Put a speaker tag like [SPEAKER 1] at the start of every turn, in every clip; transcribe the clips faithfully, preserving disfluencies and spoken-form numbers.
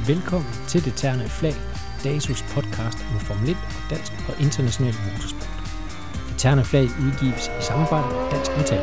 [SPEAKER 1] Velkommen til Det Ternede Flag, DASUs podcast om Formel et og dansk og international motorsport. Det Ternede Flag udgives i samarbejde med Dansk Metal.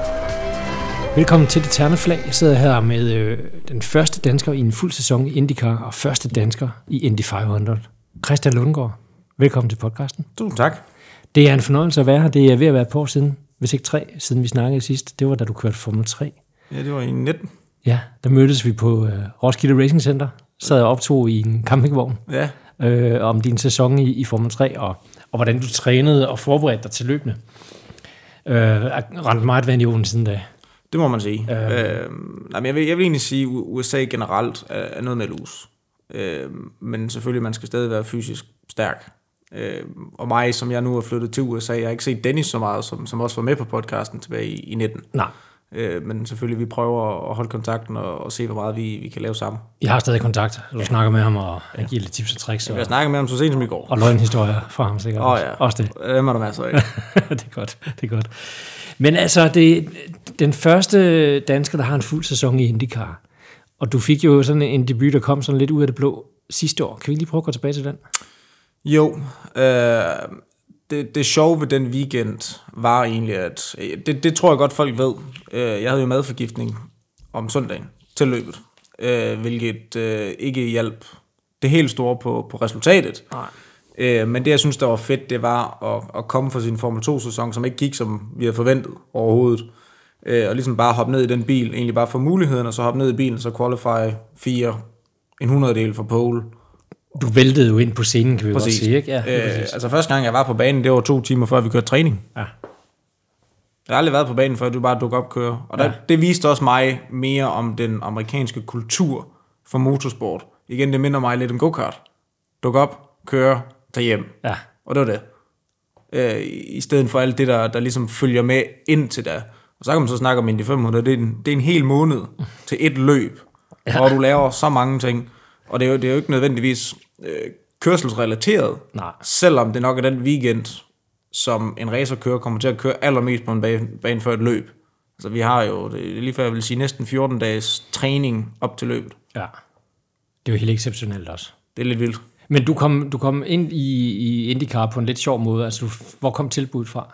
[SPEAKER 1] Velkommen til Det Ternede Flag. Jeg sidder her med øh, den første dansker i en fuld sæson i IndyCar og første dansker i Indy fem hundrede. Christian Lundgaard, velkommen til podcasten.
[SPEAKER 2] Tusind tak.
[SPEAKER 1] Det er en fornøjelse at være her. Det er ved at være et par år siden, hvis ikke tre, siden vi snakkede sidst. Det var da du kørte Formel tre.
[SPEAKER 2] Ja, det var i nitten.
[SPEAKER 1] Ja, der mødtes vi på øh, Roskilde Racing Center. Sad og optog i en campingvogn
[SPEAKER 2] ja.
[SPEAKER 1] øh, om din sæson i, i Formel tre, og, og hvordan du trænede og forberedte dig til løbende. Øh, rent meget vand i åen siden da.
[SPEAKER 2] Det må man sige. Øh. Øh, nej, men jeg, vil, jeg vil egentlig sige, at U S A generelt er, er noget med lus. Øh, men selvfølgelig, man skal stadig være fysisk stærk. Øh, og mig, som jeg nu er flyttet til U S A, jeg har ikke set Dennis så meget, som, som også var med på podcasten tilbage i, i nitten.
[SPEAKER 1] Nej.
[SPEAKER 2] Øh, men selvfølgelig, vi prøver at holde kontakten og, og se, hvor meget vi, vi kan lave sammen.
[SPEAKER 1] Jeg har stadig kontakt. Du ja. snakker med ham og ja. giver lidt tips og tricks.
[SPEAKER 2] Jeg snakker med ham så sent som i går.
[SPEAKER 1] Og løgnhistorier fra ham sikkert.
[SPEAKER 2] Åh oh, ja,
[SPEAKER 1] også det.
[SPEAKER 2] Dem er der masser af.
[SPEAKER 1] Det er godt, det er godt. Men altså, det, den første dansker, der har en fuld sæson i IndyCar, og du fik jo sådan en debut, der kom sådan lidt ud af det blå sidste år. Kan vi lige prøve at gå tilbage til den?
[SPEAKER 2] Jo, øh, det, det sjove ved den weekend var egentlig, at det, det tror jeg godt folk ved. Jeg havde jo madforgiftning om søndagen til løbet, hvilket ikke hjalp det helt store på, på resultatet. Nej. Men det jeg synes der var fedt, det var at, at komme fra sin Formel to sæson, som ikke gik som vi havde forventet overhovedet, og ligesom bare hoppe ned i den bil, egentlig bare få muligheden, og så hoppe ned i bilen, så qualify fire, en hundreddel for pole. Du
[SPEAKER 1] væltede jo ind på scenen, kan vi præcis. Godt sige, ikke? Ja,
[SPEAKER 2] øh, altså første gang jeg var på banen, det var to timer før vi kørte træning. Ja. Jeg har aldrig været på banen, før du bare dukker op og kører. Og der, ja. det viste også mig mere om den amerikanske kultur for motorsport. Igen, det minder mig lidt om go-kart. Duk op, køre, tag hjem. Ja. Og det var det. Øh, I stedet for alt det, der, der ligesom følger med ind til det. Og så kan man så snakke om Indy fem hundrede. Det er en, det er en hel måned til et løb, ja. hvor du laver så mange ting. Og det er jo, det er jo ikke nødvendigvis øh, kørselsrelateret, nej. Selvom det nok er den weekend, som en racerkører kommer til at køre allermest på en bane, bane før et løb. Altså vi har jo, det er lige før jeg vil sige, næsten fjorten dages træning op til løbet. Ja,
[SPEAKER 1] det er jo helt exceptionelt også.
[SPEAKER 2] Det er lidt vildt.
[SPEAKER 1] Men du kom, du kom ind i, i IndyCar på en lidt sjov måde, altså du, hvor kom tilbuddet fra?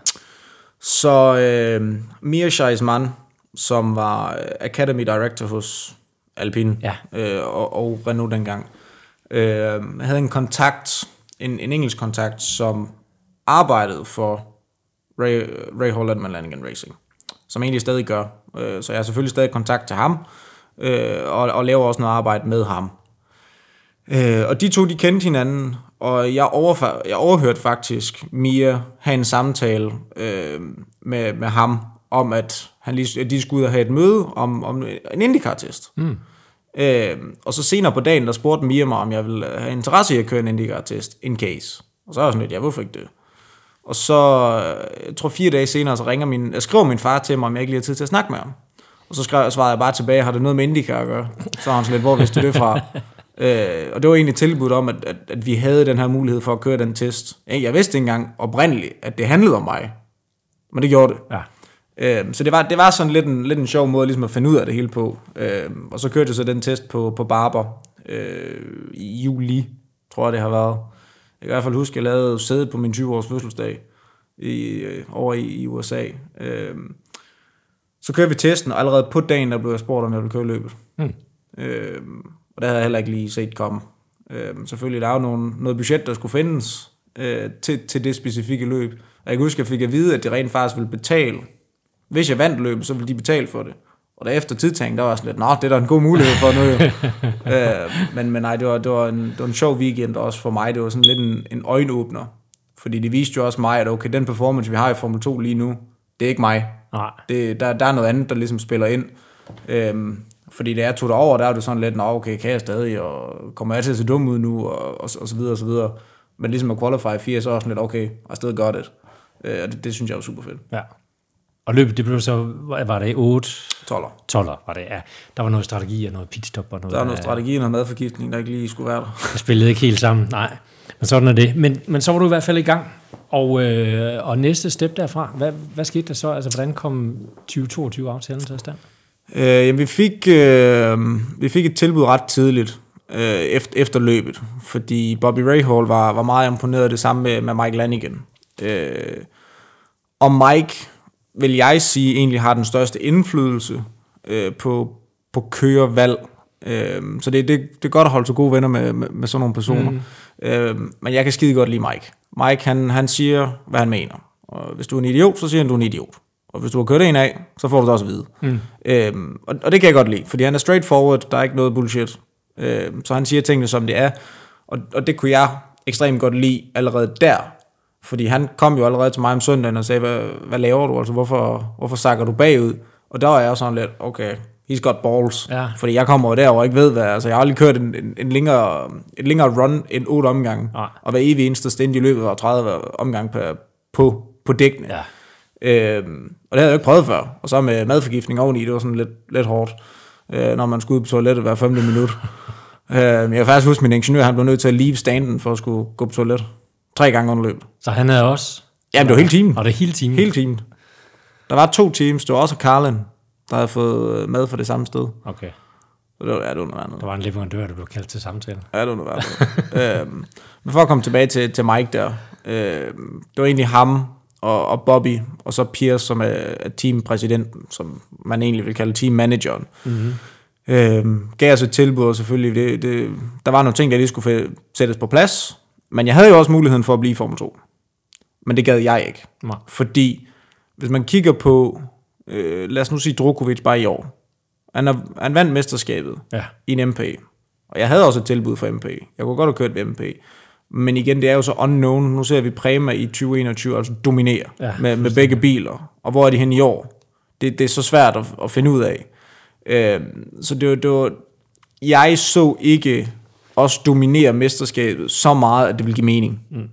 [SPEAKER 2] Så øh, Mir Scheisman, som var Academy Director hos Alpine ja. øh, og, og Renault dengang, øh, havde en kontakt, en, en engelsk kontakt, som arbejdede for Ray, Ray Holland med Lanigan Racing, som egentlig stadig gør. Øh, så jeg har selvfølgelig stadig kontakt til ham, øh, og, og laver også noget arbejde med ham. Øh, og de to, de kendte hinanden, og jeg, overf- jeg overhørte faktisk Mia have en samtale øh, med, med ham, om at, han lige, at de skulle ud og have et møde om, om en IndyCar-test. Mm. Øh, og så senere på dagen, der spurgte Mia mig, om jeg ville have interesse i at køre en IndyCar-test, in case. Og så var jeg sådan lidt, ja, hvorfor ikke det? Og så, jeg tror fire dage senere, så ringer min, jeg skriver min far til mig, om jeg ikke lige har tid til at snakke med ham. Og så skrev, svarede jeg bare tilbage, har det noget med IndyCar at gøre? Så var han sådan lidt, hvor vidste du det fra? øh, og det var egentlig tilbudt om, at, at, at vi havde den her mulighed for at køre den test. Jeg vidste ikke engang oprindeligt, at det handlede om mig. Men det gjorde det. Ja. Så det var, det var sådan lidt en, lidt en sjov måde ligesom at finde ud af det hele på. Og så kørte jeg så den test på, på Barber øh, i juli, tror jeg det har været. Jeg kan i hvert fald huske, at jeg lavede sædet på min tyve års fødselsdag i, over i, i U S A. Øh, så kørte vi testen, og allerede på dagen, der blev jeg spurgt, om jeg ville køre løbet. Mm. Øh, og det havde jeg heller ikke lige set komme. Øh, selvfølgelig, der er jo nogle, noget budget, der skulle findes øh, til, til det specifikke løb. Og jeg kan huske, at jeg fik at vide, at de rent faktisk ville betale. Hvis jeg vandt løbet, så ville de betale for det. Og derefter tidtænkt, der var sådan lidt, nå, det er da en god mulighed for noget. øh, men, men nej, det var, det, var en, det var en sjov weekend også for mig. Det var sådan lidt en, en øjenåbner. Fordi det viste jo også mig, at okay, den performance, vi har i Formel to lige nu, det er ikke mig. Nej. Det, der, der er noget andet, der ligesom spiller ind. Øhm, fordi det er tog over, der er det sådan lidt, nå, okay, kan jeg stadig, og kommer jeg til at se dum ud nu, og, og, og så videre, og så videre. Men ligesom at qualify fire, så er sådan lidt, okay, I still got it. Øh, og det, det synes jeg var super fedt. Ja.
[SPEAKER 1] Og løbet, det blev så, var det otte?
[SPEAKER 2] tolver.
[SPEAKER 1] tolver var det, ja. Der var noget strategi og noget pitstop og noget.
[SPEAKER 2] Der var noget strategi og noget madforgiftning, der ikke lige skulle være der.
[SPEAKER 1] Det spillede ikke helt sammen, nej. Men sådan er det. Men, men så var du i hvert fald i gang. Og, øh, og næste step derfra, hvad, hvad skete der så? Altså, hvordan kom tyve toogtyve-aftalen til at stand?
[SPEAKER 2] Øh, jamen, vi fik, øh, vi fik et tilbud ret tidligt. øh, efter, efter løbet, fordi Bobby Rahal var, var meget imponeret det samme med, med Mike Lanigan. Øh, og Mike, vil jeg sige, egentlig har den største indflydelse øh, på, på kørevalg. Øh, så det, det, det er godt at holde så gode venner med, med, med sådan nogle personer. Mm. Øh, men jeg kan skide godt lide Mike. Mike, han, han siger, hvad han mener. Og hvis du er en idiot, så siger han, du er en idiot. Og hvis du har kørt en af, så får du det også at vide. Mm. Øhm, og, og det kan jeg godt lide, fordi han er straightforward, der er ikke noget bullshit. Øhm, så han siger tingene, som det er. Og, og det kunne jeg ekstremt godt lide allerede der. Fordi han kom jo allerede til mig om søndagen og sagde, hvad, hvad laver du? Altså, hvorfor, hvorfor sakker du bagud? Og der var jeg sådan lidt, okay, he's got balls. Ja. Fordi jeg kommer derover og ikke ved, hvad. Altså, jeg har aldrig kørt en, en, en, længere, en længere run end otte omgange. Ja. Og hver evig eneste stint i løbet var tredive omgange på, på, på dækkene. Ja. Øhm, og det havde jeg ikke prøvet før. Og så med madforgiftning oveni, det var sådan lidt, lidt hårdt, øh, når man skulle ud på toilettet hver femte minut. øh, jeg kan faktisk huske, at min ingeniør, han blev nødt til at leave standen for at skulle gå på toilettet. Tre gange under løbet.
[SPEAKER 1] Så han havde også?
[SPEAKER 2] Ja, det var hele teamet.
[SPEAKER 1] Og det hele teamet?
[SPEAKER 2] Hele teamet. Der var to teams, det var også Carlin, der havde fået mad fra det samme sted.
[SPEAKER 1] Okay.
[SPEAKER 2] Så det var, ja, det var noget andet.
[SPEAKER 1] Der var en leverandør, der blev kaldt til samtale.
[SPEAKER 2] Ja, det var noget andet. øhm, men for at komme tilbage til, til Mike der, øh, det var egentlig ham, Og, og Bobby, og så Pierce, som er, er teampræsidenten, som man egentlig vil kalde teammanageren. Mm-hmm. Øhm, gav os et tilbud, og selvfølgelig, det, det, der var nogle ting, der lige skulle sættes på plads, men jeg havde jo også muligheden for at blive i Formel to. Men det gad jeg ikke. Nej. Fordi, hvis man kigger på, øh, lad os nu sige Drukovic bare i år, han, er, han vandt mesterskabet ja. i en M P, og jeg havde også et tilbud for M P. Jeg kunne godt have kørt ved M P. Men igen, det er jo så unknown. Nu ser vi Prema i tyve enogtyve, altså dominere ja, med, med begge biler. Og hvor er de hen i år? Det, det er så svært at, at finde ud af. Øh, så det var, det var, jeg så ikke os dominere mesterskabet så meget, at det ville give mening. Mm.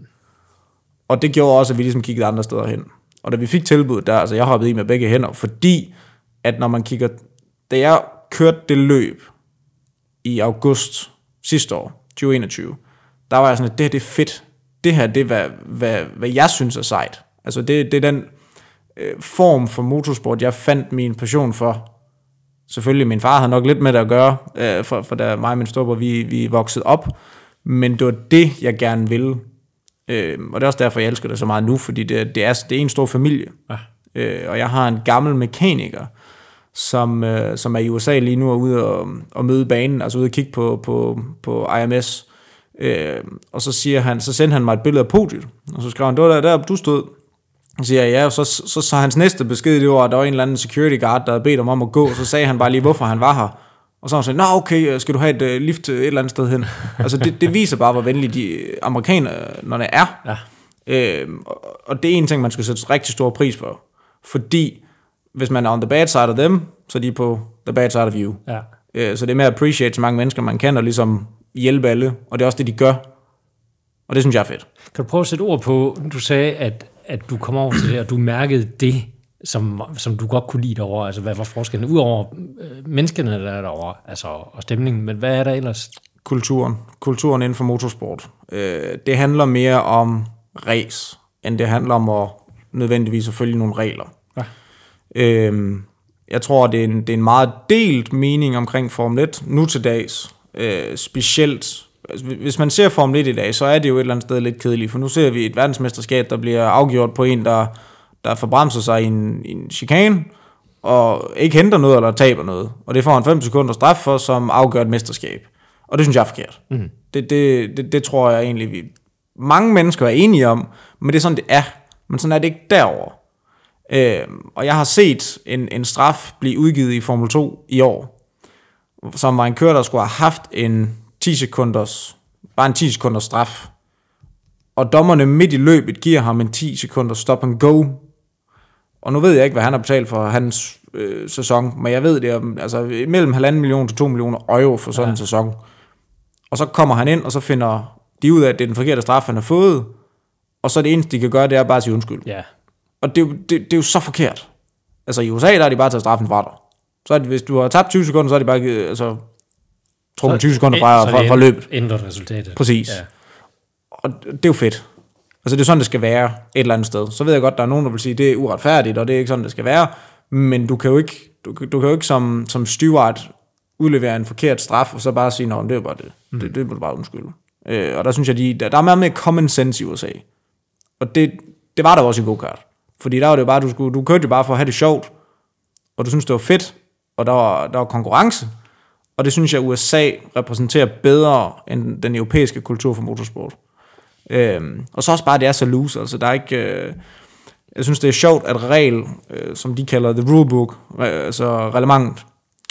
[SPEAKER 2] Og det gjorde også, at vi ligesom kiggede andre steder hen. Og da vi fik tilbud der, altså jeg hoppede i med begge hænder, fordi at når man kigger, da jeg kørte det løb i august sidste år, tyve enogtyve, der var jeg sådan, at det her, det er fedt. Det her, det er, hvad, hvad, hvad jeg synes er sejt. Altså, det, det er den øh, form for motorsport, jeg fandt min passion for. Selvfølgelig, min far havde nok lidt med det at gøre, øh, for, for da mig og min storebror, vi, vi voksede op. Men det var det, jeg gerne ville. Øh, og det er også derfor, jeg elsker det så meget nu, fordi det, det, er, det er en stor familie. Ja. Øh, og jeg har en gammel mekaniker, som, øh, som er i U S A lige nu og ude og, og møde banen, altså ude og kigge på, på, på I M S. Øh, og så siger han, så sendte han mig et billede af podiet, og så skrev han, det var der, der du stod. Så siger jeg, ja, og så, så, så, så hans næste besked, det var, at der var en eller anden security guard, der havde bedt ham om at gå, og så sagde han bare lige, hvorfor han var her. Og så han sagde, nå okay, skal du have et uh, lift et eller andet sted hen? Altså det, det viser bare, hvor venlige de amerikanerne er. Ja. Øh, og, og det er en ting, man skal sætte rigtig stor pris for. Fordi, hvis man er on the bad side of them, så er de på the bad side of you. Ja. Øh, så det er med at appreciate så mange mennesker, man kan, og ligesom hjælpe alle, og det er også det, de gør. Og det synes jeg er fedt. Kan
[SPEAKER 1] du prøve at sætte ord på, du sagde, at, at du kom over til det, og du mærkede det, som, som du godt kunne lide derovre, altså hvad var forskellen? Udover øh, menneskene, der er derovre, altså, og stemningen, men hvad er der ellers?
[SPEAKER 2] Kulturen. Kulturen inden for motorsport. Øh, det handler mere om race, end det handler om at nødvendigvis at følge nogle regler. Ja. Øh, jeg tror, det er, en, det er en meget delt mening omkring Formel et nu til dags. Øh, specielt, altså, hvis man ser Formel et i dag, så er det jo et eller andet sted lidt kedeligt, for nu ser vi et verdensmesterskab, der bliver afgjort på en, der, der forbremser sig i en, i en chikane, og ikke henter noget eller taber noget, og det får han fem sekunder straf for, som afgør et mesterskab. Og det synes jeg er forkert. Mm. Det, det, det, det tror jeg egentlig, vi mange mennesker er enige om, men det er sådan, det er. Men sådan er det ikke derovre. Øh, og jeg har set en, en straf blive udgivet i Formel to i år, som var en kører, der skulle have haft en ti sekunders, bare en ti sekunders straf. Og dommerne midt i løbet giver ham en ti sekunders stop and go. Og nu ved jeg ikke, hvad han har betalt for hans øh, sæson, men jeg ved det er altså mellem halvanden million til to millioner euro for sådan ja. en sæson. Og så kommer han ind, og så finder de ud af, at det er den forkerte straf, han har fået, og så det eneste, de kan gøre, det er bare at sige undskyld. Ja. Og det, det, det er jo så forkert. Altså i U S A, der er de bare taget straffen fra dig. Så det, hvis du har tabt tyve sekunder, så er de bare altså, trukket tyve sekunder fra, fra, fra løbet.
[SPEAKER 1] Ændret resultatet.
[SPEAKER 2] Præcis. Ja. Og det er jo fedt. Altså det er sådan, det skal være et eller andet sted. Så ved jeg godt, der er nogen, der vil sige, det er uretfærdigt, og det er ikke sådan, det skal være. Men du kan jo ikke, du, du kan jo ikke som, som steward udlevere en forkert straf, og så bare sige, nå, det er bare det. Mm. Det, det må du bare undskylde. Øh, og der synes jeg, de, der, der er meget mere common sense i U S A. Og det, det var der også i go-kart. Fordi der var det jo bare, du, skulle, du kørte jo bare for at have det sjovt, og du synes det var fedt, og der var, der var konkurrence, og det synes jeg, U S A repræsenterer bedre end den europæiske kultur for motorsport. Øhm, og så også bare, det er så loose, altså der er ikke... Øh, jeg synes, det er sjovt, at regel, øh, som de kalder the rulebook, øh, altså reglement,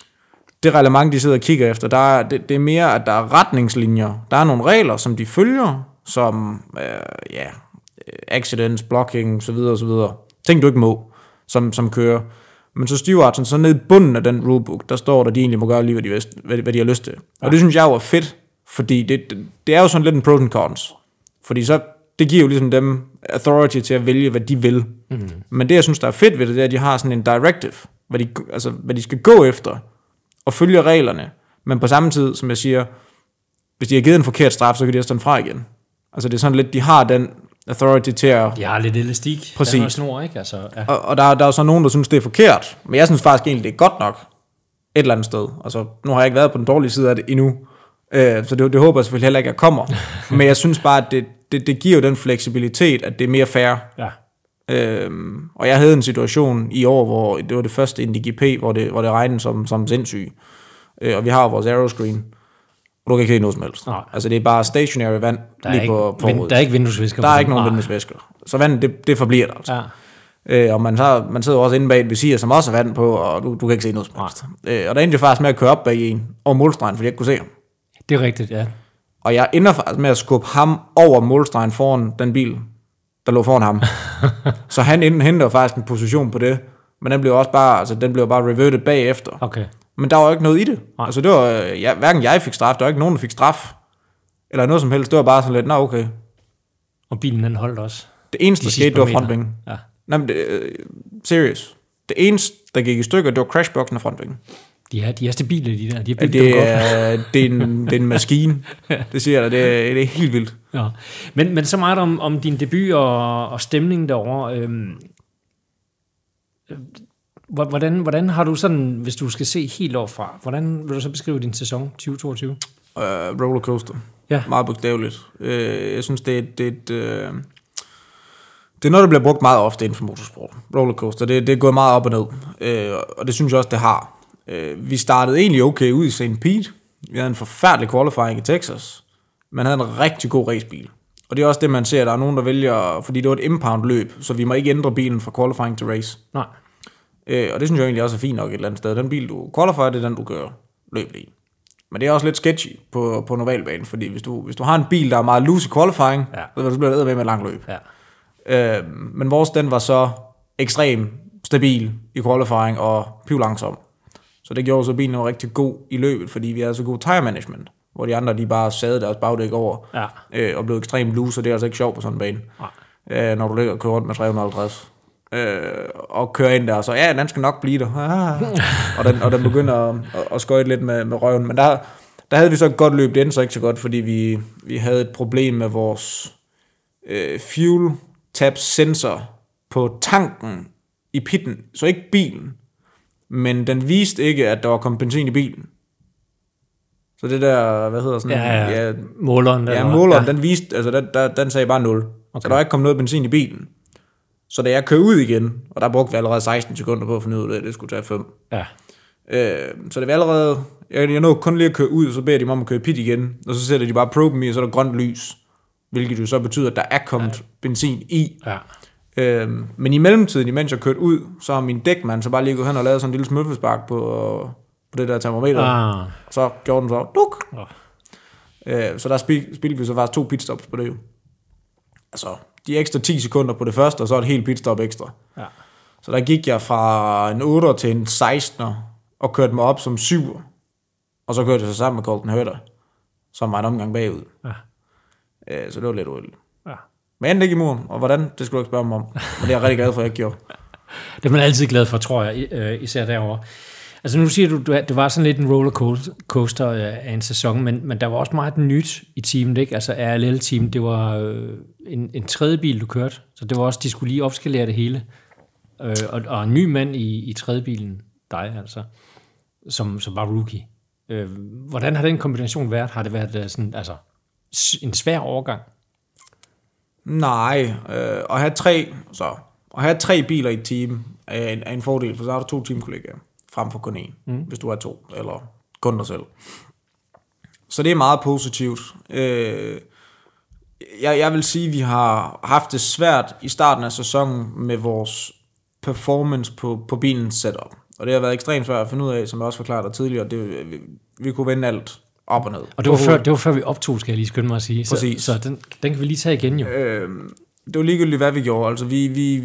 [SPEAKER 2] det reglement, de sidder og kigger efter, der er, det, det er mere, at der er retningslinjer, der er nogle regler, som de følger, som, øh, ja, accidents, blocking, så videre, så videre. Ting, du ikke må, som, som kører. Men så stewarden, så ned i bunden af den rulebook, der står der, de egentlig må gøre lige, hvad de, hvad, hvad de har lyst til. Ja. Og det synes jeg jo er fedt, fordi det, det, det er jo sådan lidt en pros and cons. Fordi så, det giver jo ligesom dem authority til at vælge, hvad de vil. Mm. Men det, jeg synes, der er fedt ved det, det er, at de har sådan en directive, hvad de, altså, hvad de skal gå efter, og følge reglerne. Men på samme tid, som jeg siger, hvis de har givet en forkert straf, så kan de også den fra igen. Altså det er sådan lidt, de har den authority til at...
[SPEAKER 1] De har lidt elastik.
[SPEAKER 2] Præcis.
[SPEAKER 1] Der er snor, ikke? Altså, ja.
[SPEAKER 2] Og, og der, der er så nogen, der synes, det er forkert. Men jeg synes faktisk egentlig, det er godt nok et eller andet sted. Altså, nu har jeg ikke været på den dårlige side af det endnu. Øh, så det, det håber jeg selvfølgelig heller ikke, at jeg kommer. Men jeg synes bare, at det, det, det giver jo den fleksibilitet, at det er mere fair. Ja. Øh, og jeg havde en situation i år, hvor det var det første Indy G P, hvor det, hvor det regnede som, som sindssyg. Øh, og vi har vores aeroscreen. Og du kan ikke se noget som helst. Nej. Altså det er bare stationary vand
[SPEAKER 1] der
[SPEAKER 2] lige
[SPEAKER 1] ikke,
[SPEAKER 2] på, på
[SPEAKER 1] vind, Der er ikke vinduesvisker.
[SPEAKER 2] Der er ikke nogen vinduesvisker. Så vandet, det, det forbliver der altså. Ja. Øh, og man, så, man sidder også inde bag et visir, som også er vand på, og du, du kan ikke se noget som helst. Øh, og der endte jeg faktisk med at køre op bag en over målstregen, fordi jeg ikke kunne se ham.
[SPEAKER 1] Det er rigtigt, ja.
[SPEAKER 2] Og jeg ender faktisk med at skubbe ham over målstregen foran den bil, der lå foran ham. Så han henter faktisk en position på det, men den blev også bare, altså den blev bare reverted bagefter.
[SPEAKER 1] Okay.
[SPEAKER 2] Men der var jo ikke noget i det. Nej. Altså det var, ja, hverken jeg fik straf, der var ikke nogen, der fik straf, eller noget som helst. Det var bare sådan lidt, nå okay.
[SPEAKER 1] Og bilen den holdt også.
[SPEAKER 2] Det eneste, der skete, det var frontvingen. Ja. Nej, men det, uh, serious. Det eneste, der gik i stykker, det var crashboxen og frontvingen.
[SPEAKER 1] De er, de er stabile, de der. De
[SPEAKER 2] er det, er, det, er en, det er en maskine. Det siger jeg, det er, det er helt vildt.
[SPEAKER 1] Ja. Men, men så meget om, om din debut og, og stemningen derovre. Øhm, Hvordan, hvordan har du sådan, hvis du skal se helt overfra, hvordan vil du så beskrive din sæson tyve toogtyve?
[SPEAKER 2] Uh, rollercoaster. Ja. Meget bogstaveligt. Uh, jeg synes, det er, det, er et, uh, det er noget, der bliver brugt meget ofte inden for motorsport. Rollercoaster, det, det er gået meget op og ned. Uh, og det synes jeg også, det har. Uh, vi startede egentlig okay ud i Saint Pete. Vi havde en forfærdelig qualifying i Texas. Man havde en rigtig god racebil. Og det er også det, man ser, der er nogen, der vælger, fordi det var et impound løb, så vi må ikke ændre bilen fra qualifying til race. Nej. Øh, og det synes jeg egentlig også er fint nok et eller andet sted. Den bil, du qualifier, det er den, du kører løbet i. Men det er også lidt sketchy på, på normalbanen, fordi hvis du, hvis du har en bil, der er meget loose i qualifying, ja. så bliver det med med et langt løb. Ja. Øh, men vores, den var så ekstrem stabil i qualifying og piv langsom. Så det gjorde så, bilen var rigtig god i løbet, fordi vi havde så god tire management, hvor de andre, de bare sad deres bagdæk over, ja. øh, og blev ekstremt loose, og det er altså ikke sjovt på sådan en bane, øh, når du ligger og kører rundt med tre hundrede og halvtreds. Øh, og kører ind der, og så ja, den skal nok blive der. Ah. og, den, og den begynder at, at, at skøjte lidt med, med røven. Men der, der havde vi så et godt løb, det endte så ikke så godt, fordi vi, vi havde et problem med vores øh, fuel tap sensor på tanken i pitten. Så ikke bilen, men den viste ikke, at der var kommet benzin i bilen. Så det der, hvad hedder sådan?
[SPEAKER 1] Ja, ja. ja måleren.
[SPEAKER 2] Ja, måleren, ja. Den viste, altså den, der, den sagde bare nul. Okay. Så der var ikke kommet noget benzin i bilen. Så da jeg kører ud igen, og der brugte vi allerede seksten sekunder på at finde ud af det, det skulle tage fem. Ja. Øh, så det var allerede, jeg, jeg nåede kun lige at køre ud, og så beder de mig om at køre pit igen, og så sætter de bare proben i, og så er der grønt lys, hvilket jo så betyder, at der er kommet ja. benzin i. Ja. Øh, men i mellemtiden, imens jeg kørte ud, så har min dækmand så bare lige gået hen og lavet sådan en lille smølfespark på, på det der termometer. Ah. Og så gjorde den så, duk! Oh. Øh, så der spil, spildte vi så faktisk to pitstops på det jo. Altså, de ekstra ti sekunder på det første, og så et helt pitstop ekstra. Ja. Så der gik jeg fra en otter til en sekstener, og kørte mig op som syver. Og så kørte jeg så sammen med Colton Herta, som var en omgang bagud. Ja. Øh, så det var lidt uheldigt. Ja. Men endte ikke i muren, og hvordan, det skulle du ikke spørge mig om. Men det er jeg rigtig glad for, at jeg ikke gjorde.
[SPEAKER 1] Det er man altid glad for, tror jeg, især derovre. Altså nu siger du, det var sådan lidt en rollercoaster af en sæson, men, men der var også meget nyt i teamet, ikke? Altså R L L-teamet, det var øh, en, en tredje bil, du kørte, så det var også, de skulle lige opskalere det hele. Øh, og, og en ny mand i, i tredje bilen, dig altså, som, som var rookie. Øh, hvordan har den kombination været? Har det været sådan, altså, en svær overgang?
[SPEAKER 2] Nej, øh, at have tre, så at have tre biler i et team er en, er en fordel, for så har du to teamkollegaer frem for kun én, mm. hvis du har to, eller kun dig selv. Så det er meget positivt. Øh, jeg, jeg vil sige, at vi har haft det svært i starten af sæsonen med vores performance på, på bilens setup. Og det har været ekstremt svært at finde ud af, som jeg også forklarede dig tidligere. Det, vi, vi kunne vende alt op og ned.
[SPEAKER 1] Og det var, før, det var før vi optog, skal jeg lige skynde mig at sige.
[SPEAKER 2] Præcis.
[SPEAKER 1] Så, så den, den kan vi lige tage igen jo.
[SPEAKER 2] Øh, det var ligegyldigt, hvad vi gjorde. Altså, vi, vi,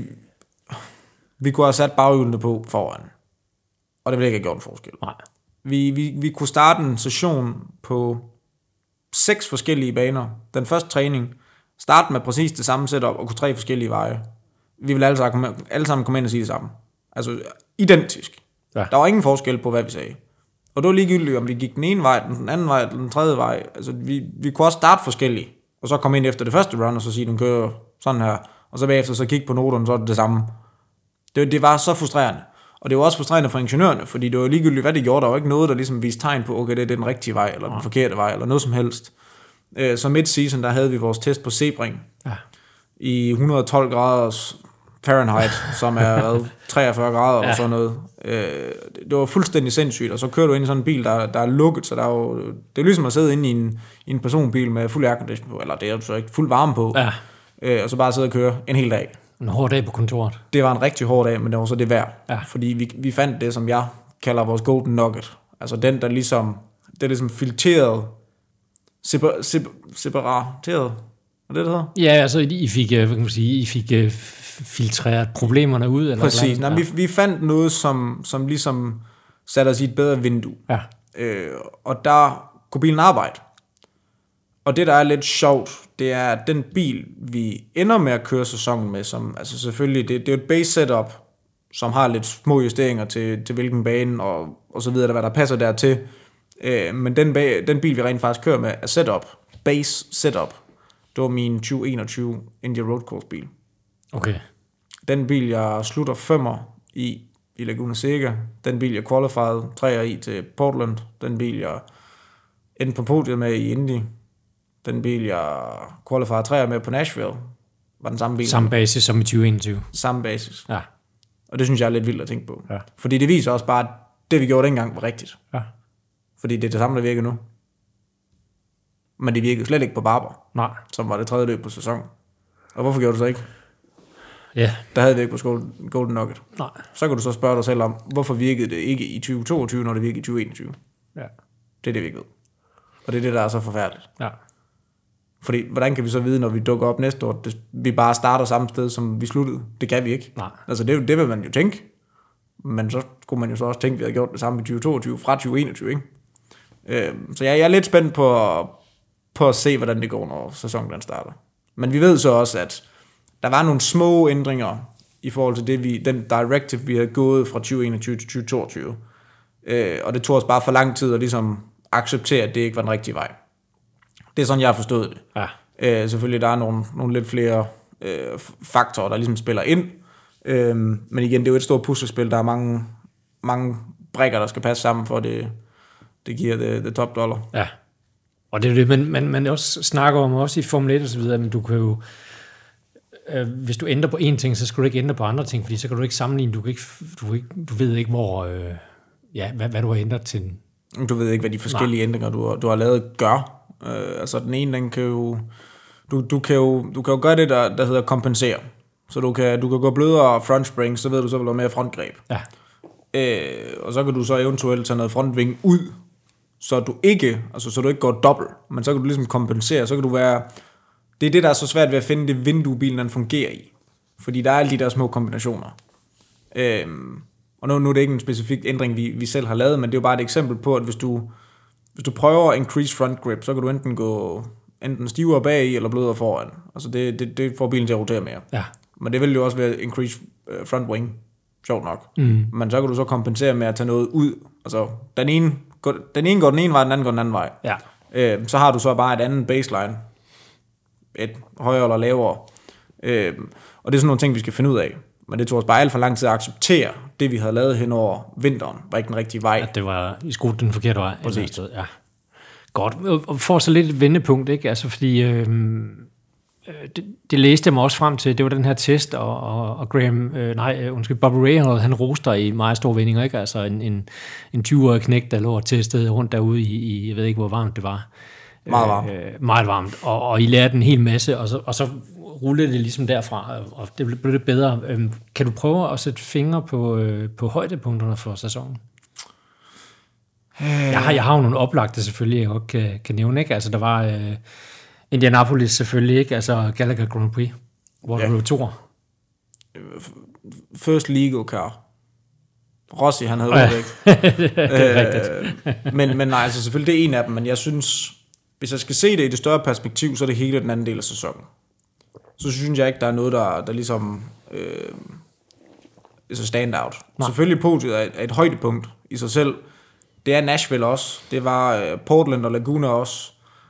[SPEAKER 2] vi kunne have sat baghjulene på foran. Og det ville ikke have gjort en forskel.
[SPEAKER 1] Nej.
[SPEAKER 2] Vi, vi, vi kunne starte en session på seks forskellige baner. Den første træning. Starte med præcis det samme setup og kunne tre forskellige veje. Vi ville alle sammen, alle sammen komme ind og sige det samme. Altså identisk. Ja. Der var ingen forskel på, hvad vi sagde. Og det var ligegyldigt, om vi gik den ene vej, den anden vej, den tredje vej. Altså, vi, vi kunne også starte forskelligt. Og så komme ind efter det første run, og så sige, du kører sådan her. Og så bagefter så kigge på noterne, så er det det samme. Det, det var så frustrerende. Og det var også frustrerende for ingeniørerne, fordi det var ligegyldigt, hvad det gjorde. Der var ikke noget, der ligesom viste tegn på, okay, det er den rigtige vej, eller den forkerte vej, eller noget som helst. Så mid-season, der havde vi vores test på Sebring. Ja. I et hundrede og tolv graders Fahrenheit, som er treogfyrre grader ja. Og sådan noget. Det var fuldstændig sindssygt, og så kører du ind i sådan en bil, der, der er lukket, så der er jo, det er ligesom at sidde inde i en, i en personbil med fuld aircondition på, eller det er så ikke fuld varme på, ja. Og så bare sidde og køre en hel dag.
[SPEAKER 1] En hård dag på kontoret.
[SPEAKER 2] Det var en rigtig hård dag, men det var så det værd. Ja. Fordi vi, vi fandt det, som jeg kalder vores golden nugget. Altså den, der ligesom, det er ligesom filtreret, separ, separ, separateret. Er det, det hedder?
[SPEAKER 1] Ja, altså I fik, hvad kan man sige, I fik uh, filtreret problemerne ud. Eller
[SPEAKER 2] præcis. Nej, ja. vi, vi fandt noget, som, som ligesom satte os i et bedre vindue.
[SPEAKER 1] Ja.
[SPEAKER 2] Øh, og der kunne bilen arbejde. Og det, der er lidt sjovt, det er, at den bil, vi ender med at køre sæsonen med, som, altså selvfølgelig, det, det er jo et base setup, som har lidt små justeringer til, til hvilken bane, og, og så videre, hvad der passer dertil. Øh, men den, den bil, vi rent faktisk kører med, er setup, base setup. Det var min tyve enogtyve India Road Course bil.
[SPEAKER 1] Okay.
[SPEAKER 2] Den bil, jeg slutter femmer i, i Laguna Seca. Den bil, jeg qualified treer i til Portland. Den bil, jeg endte på podiet med i Indy. Den bil, jeg qualified treer med på Nashville, var den samme bil.
[SPEAKER 1] Samme basis som i tyve enogtyve.
[SPEAKER 2] Samme basis.
[SPEAKER 1] Ja.
[SPEAKER 2] Og det synes jeg er lidt vildt at tænke på.
[SPEAKER 1] Ja.
[SPEAKER 2] Fordi det viser også bare, at det vi gjorde dengang var rigtigt.
[SPEAKER 1] Ja.
[SPEAKER 2] Fordi det er det samme, der virker nu. Men det virkede slet ikke på Barber.
[SPEAKER 1] Nej.
[SPEAKER 2] Som var det tredje løb på sæsonen. Og hvorfor gjorde du så ikke?
[SPEAKER 1] Ja.
[SPEAKER 2] Der havde vi ikke på Golden Nugget.
[SPEAKER 1] Nej.
[SPEAKER 2] Så kan du så spørge dig selv om, hvorfor virkede det ikke i tyve toogtyve, når det virkede i tyve enogtyve?
[SPEAKER 1] Ja.
[SPEAKER 2] Det er det, vi ikke ved. Og det er det, der er så forfærdeligt.
[SPEAKER 1] Ja.
[SPEAKER 2] Fordi, hvordan kan vi så vide, når vi dukker op næste år, det, vi bare starter samme sted, som vi sluttede? Det kan vi ikke.
[SPEAKER 1] Nej.
[SPEAKER 2] Altså, det, det vil man jo tænke. Men så kunne man jo så også tænke, at vi havde gjort det samme i tyve toogtyve fra tyve enogtyve, ikke? Øh, så jeg, jeg er lidt spændt på at, på at se, hvordan det går, når sæsonen den starter. Men vi ved så også, at der var nogle små ændringer i forhold til det, vi, den directive, vi havde gået fra tyve enogtyve til tyve toogtyve. Øh, og det tog os bare for lang tid at ligesom acceptere, at det ikke var den rigtige vej. Det er sådan, jeg har forstået det.
[SPEAKER 1] Ja.
[SPEAKER 2] Øh, selvfølgelig, der er nogle, nogle lidt flere øh, faktorer, der ligesom spiller ind. Øh, men igen, det er jo et stort puslespil. Der er mange, mange brikker, der skal passe sammen, for det, det giver det, det top dollar.
[SPEAKER 1] Ja, og det er det, man, man, man også snakker om, også i Formel et og så videre, men du kan jo, øh, hvis du ændrer på én ting, så skal du ikke ændre på andre ting, fordi så kan du ikke sammenligne, du, kan ikke, du, ikke, du ved ikke, hvor, øh, ja, hvad, hvad du har ændret til.
[SPEAKER 2] Du ved ikke, hvad de forskellige Nej. ændringer, du har, du har lavet, gør. Uh, altså den ene, den kan jo du, du, kan jo du kan jo gøre det, der, der hedder kompensere. Så du kan, du kan gå blødere front spring, så ved du så, vil du have mere frontgreb.
[SPEAKER 1] Ja.
[SPEAKER 2] Uh, og så kan du så eventuelt tage noget frontving ud, så du ikke, altså så du ikke går dobbelt, men så kan du ligesom kompensere, så kan du være, det er det, der er så svært ved at finde det vindue, bilen den fungerer i. Fordi der er alle de der små kombinationer. Uh, og nu, nu er det ikke en specifik ændring, vi, vi selv har lavet, men det er jo bare et eksempel på, at hvis du Hvis du prøver at increase front grip, så kan du enten gå enten stivere bag i, eller blødere foran. Altså det, det, det får bilen til at rotere mere.
[SPEAKER 1] Ja.
[SPEAKER 2] Men det vil jo også være increase front wing, sjovt nok.
[SPEAKER 1] Mm.
[SPEAKER 2] Men så kan du så kompensere med at tage noget ud. Altså den ene, går, den ene går den ene vej, den anden går den anden vej.
[SPEAKER 1] Ja.
[SPEAKER 2] Øh, så har du så bare et andet baseline. Et højere eller lavere. Øh, og det er sådan nogle ting, vi skal finde ud af. Men det tog os bare alt for lang tid at acceptere det vi havde lavet hen over vinteren, var ikke den rigtige vej.
[SPEAKER 1] Ja, det var i skole den forkerte vej.
[SPEAKER 2] Præcis.
[SPEAKER 1] Ja. Godt. Og får så lidt et vendepunkt, ikke? Altså, fordi øh, det, det læste jeg mig også frem til. Det var den her test, og, og, og Graham, øh, nej, undskyld, Bob Ray, han roster i meget store vendinger, ikke? Altså en, en, en tyve-årig knægt, der lå og testede rundt derude i, i, jeg ved ikke, hvor varmt det var.
[SPEAKER 2] Meget varmt.
[SPEAKER 1] Øh, meget varmt. Og, og I lærte en hel masse, og så, og så rullede det ligesom derfra, og det blev det bedre. Øh, kan du prøve at sætte fingre på, øh, på højdepunkterne for sæsonen? Jeg har, jeg har jo nogle oplagte selvfølgelig, jeg godt kan, kan nævne, ikke? Altså, der var øh, Indianapolis selvfølgelig, ikke? Altså Gallagher Grand Prix, hvor ja. Der blev toer.
[SPEAKER 2] First League car. Rossi, han havde
[SPEAKER 1] ja.
[SPEAKER 2] det ikke.
[SPEAKER 1] Det er rigtigt.
[SPEAKER 2] men, men nej, altså selvfølgelig, det er en af dem, men jeg synes, hvis jeg skal se det i det større perspektiv, så er det hele den anden del af sæsonen. Så synes jeg ikke, der er noget, der, der ligesom øh, er så stand-out. Selvfølgelig podiet er et, er et højdepunkt i sig selv. Det er Nashville også. Det var øh, Portland og Laguna også.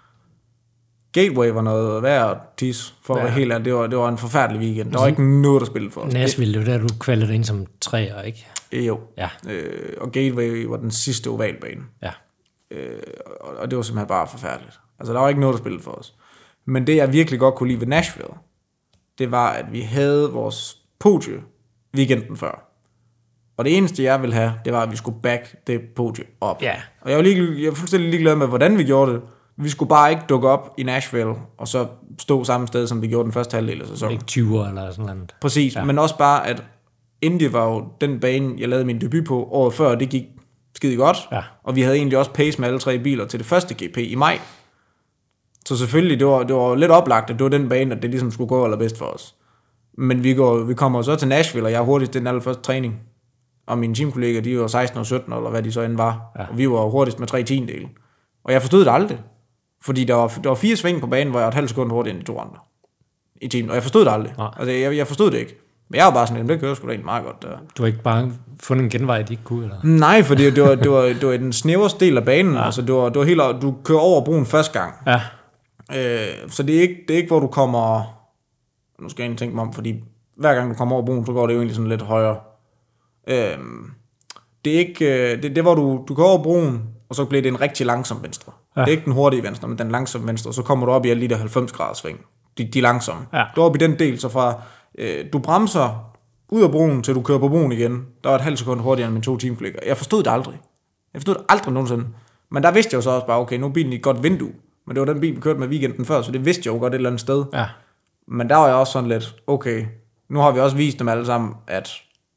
[SPEAKER 2] Gateway var noget værd tis, for ja. At være helt ærlig. Det var, det var en forfærdelig weekend. Der var ikke noget, der spillede for os.
[SPEAKER 1] Nashville, det var der, du kvalgte ind som træer, ikke?
[SPEAKER 2] Jo.
[SPEAKER 1] Ja.
[SPEAKER 2] Øh, og Gateway var den sidste ovalbane.
[SPEAKER 1] Ja.
[SPEAKER 2] Øh, og, og det var simpelthen bare forfærdeligt. Altså, der var ikke noget, der spillede for os. Men det, jeg virkelig godt kunne lide ved Nashville, det var, at vi havde vores podie weekenden før. Og det eneste, jeg ville have, det var, at vi skulle back det podie op.
[SPEAKER 1] Ja.
[SPEAKER 2] Og jeg var, lige, jeg var fuldstændig ligeglad med, hvordan vi gjorde det. Vi skulle bare ikke dukke op i Nashville, og så stå samme sted, som vi gjorde den første halvdel af sæsonen.
[SPEAKER 1] Ikke tyve eller sådan noget.
[SPEAKER 2] Præcis, ja. Men også bare, at Indy var jo den bane, jeg lavede min debut på året før, og det gik skide godt.
[SPEAKER 1] Ja.
[SPEAKER 2] Og vi havde egentlig også pace med alle tre biler til det første G P i maj. Så selvfølgelig, det var, det var lidt oplagt, at det var den bane, at det ligesom skulle gå allerbedst for os. Men vi, går, vi kommer så til Nashville, og jeg er hurtigst den allerførste træning. Og mine teamkollegaer, de var seksten og sytten, eller hvad de så end var. Ja. Og vi var hurtigst med tre tiendele. Og jeg forstod det aldrig. Fordi der var, der var fire sving på banen, hvor jeg var et halvt sekund hurtigere end de to andre i teamet. Og jeg forstod det aldrig. Ja. Altså, jeg, jeg forstod det ikke. Men jeg var bare sådan, at det kører sgu da egentlig meget godt. Der.
[SPEAKER 1] Du har ikke bare fundet en genvej, de ikke kunne, eller?
[SPEAKER 2] Nej, for det, det, var, det, var, det var den snæverste del af banen. Ja. Altså, det var, det var helt, du kører over broen første gang.
[SPEAKER 1] Ja.
[SPEAKER 2] Øh, så det er, ikke, det er ikke, hvor du kommer... Nu skal jeg egentlig tænke mig om, fordi hver gang du kommer over broen, så går det jo egentlig sådan lidt højere. Øh, det er ikke... Det, det er, hvor du, du kører over broen, og så bliver det en rigtig langsom venstre. Ja. Det er ikke den hurtige venstre, men den langsomme venstre, og så kommer du op i alle de der halvfems graders sving. De, de langsomme. Ja. Du er oppe i den del, så fra øh, du bremser ud af broen, til du kører på broen igen, der var et halvt sekund hurtigere end mine to teamkollegaer. Jeg forstod det aldrig. Jeg forstod det aldrig nogensinde. Men der vidste jeg jo så også bare, okay, nu er bilen i et godt vindue. Men det var den bil, vi kørte med weekenden før, så det vidste jeg jo godt et eller andet sted.
[SPEAKER 1] Ja.
[SPEAKER 2] Men der var jeg også sådan lidt, okay, nu har vi også vist dem alle sammen, at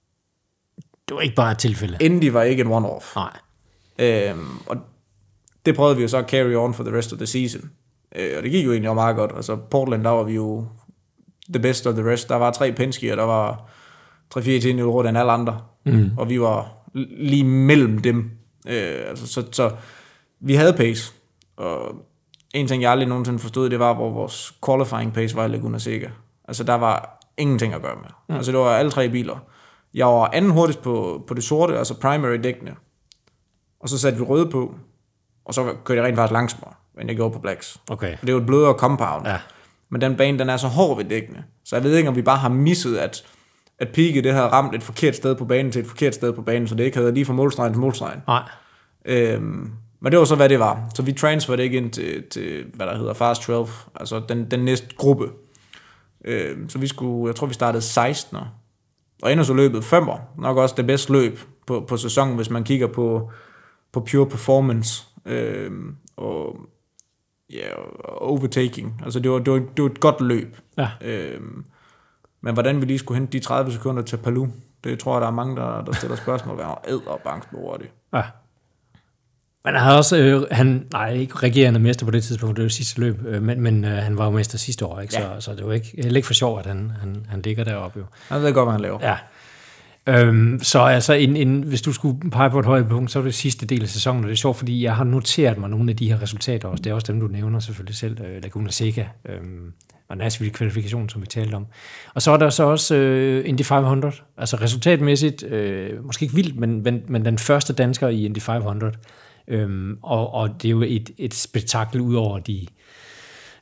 [SPEAKER 1] det var ikke bare et tilfælde.
[SPEAKER 2] Indy var ikke en one-off.
[SPEAKER 1] Nej.
[SPEAKER 2] Øhm, og det prøvede vi jo så at carry on for the rest of the season. Øh, og det gik jo egentlig meget godt. Altså Portland, der var vi jo the best of the rest. Der var tre Penske, og der var tre fire tiende hurtigere end alle andre. Mm. Og vi var lige mellem dem. Øh, altså, så, så vi havde pace. Og en ting, jeg aldrig nogensinde forstod, det var, hvor vores qualifying pace var i Laguna Seca. Altså der var ingenting at gøre med. Mm. Altså det var alle tre biler. Jeg var anden hurtigst på, på det sorte, altså primary dækkene. Og så satte vi røde på, og så kørte jeg rent faktisk langsommere, end jeg gjorde på blacks.
[SPEAKER 1] Okay.
[SPEAKER 2] Og det er jo et blødere compound.
[SPEAKER 1] Ja.
[SPEAKER 2] Men den bane, den er så hård ved dækkene. Så jeg ved ikke, om vi bare har misset, at, at Pike, det havde ramt et forkert sted på banen til et forkert sted på banen, så det ikke havde lige fra målstregen til målstregen.
[SPEAKER 1] Nej.
[SPEAKER 2] Øhm, men det var så, hvad det var. Så vi transferede ikke ind til, til hvad der hedder Fast tolv, altså den, den næste gruppe. Øhm, så vi skulle, jeg tror, vi startede seksten. Og endnu så løbet femmer. Nok også det bedste løb på, på sæsonen, hvis man kigger på, på pure performance øhm, og ja, yeah, overtaking. Altså det var, det var, det var et godt løb.
[SPEAKER 1] Ja.
[SPEAKER 2] Øhm, men hvordan vi lige skulle hente de tredive sekunder til Palou, det tror jeg, der er mange, der, der stiller spørgsmål ved. Og æd og banks på det.
[SPEAKER 1] Ja. Men han havde også, øh, han, nej, ikke regerende mester på det tidspunkt, det var jo sidste løb, øh, men, men øh, han var jo mester sidste år, ikke? Ja. Så, så det var ikke, heller ikke for sjovt, at han, han, han ligger deroppe jo.
[SPEAKER 2] Han ved godt, hvad han laver.
[SPEAKER 1] Ja. Øhm, så altså, en, en, hvis du skulle pege på et højdepunkt, så er det sidste del af sæsonen, og det er sjovt, fordi jeg har noteret mig nogle af de her resultater også. Det er også dem, du nævner selvfølgelig selv, øh, Laguna Seca øh, og Nashville kvalifikation, som vi talte om. Og så er der så også øh, Indy fem hundrede, altså resultatmæssigt, øh, måske ikke vildt, men, men, men den første dansker i Indy fem hundrede. Øhm, og, og det er jo et, et spektakel ud over de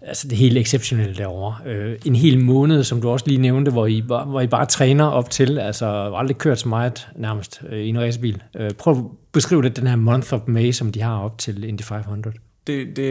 [SPEAKER 1] altså det helt exceptionelle derovre. Øh, en hel måned, som du også lige nævnte, hvor I, hvor I bare træner op til, altså aldrig kørt så meget nærmest øh, i en racerbil. Øh, prøv at beskrive det, den her month of May, som de har op til Indy fem hundrede.
[SPEAKER 2] Det, det,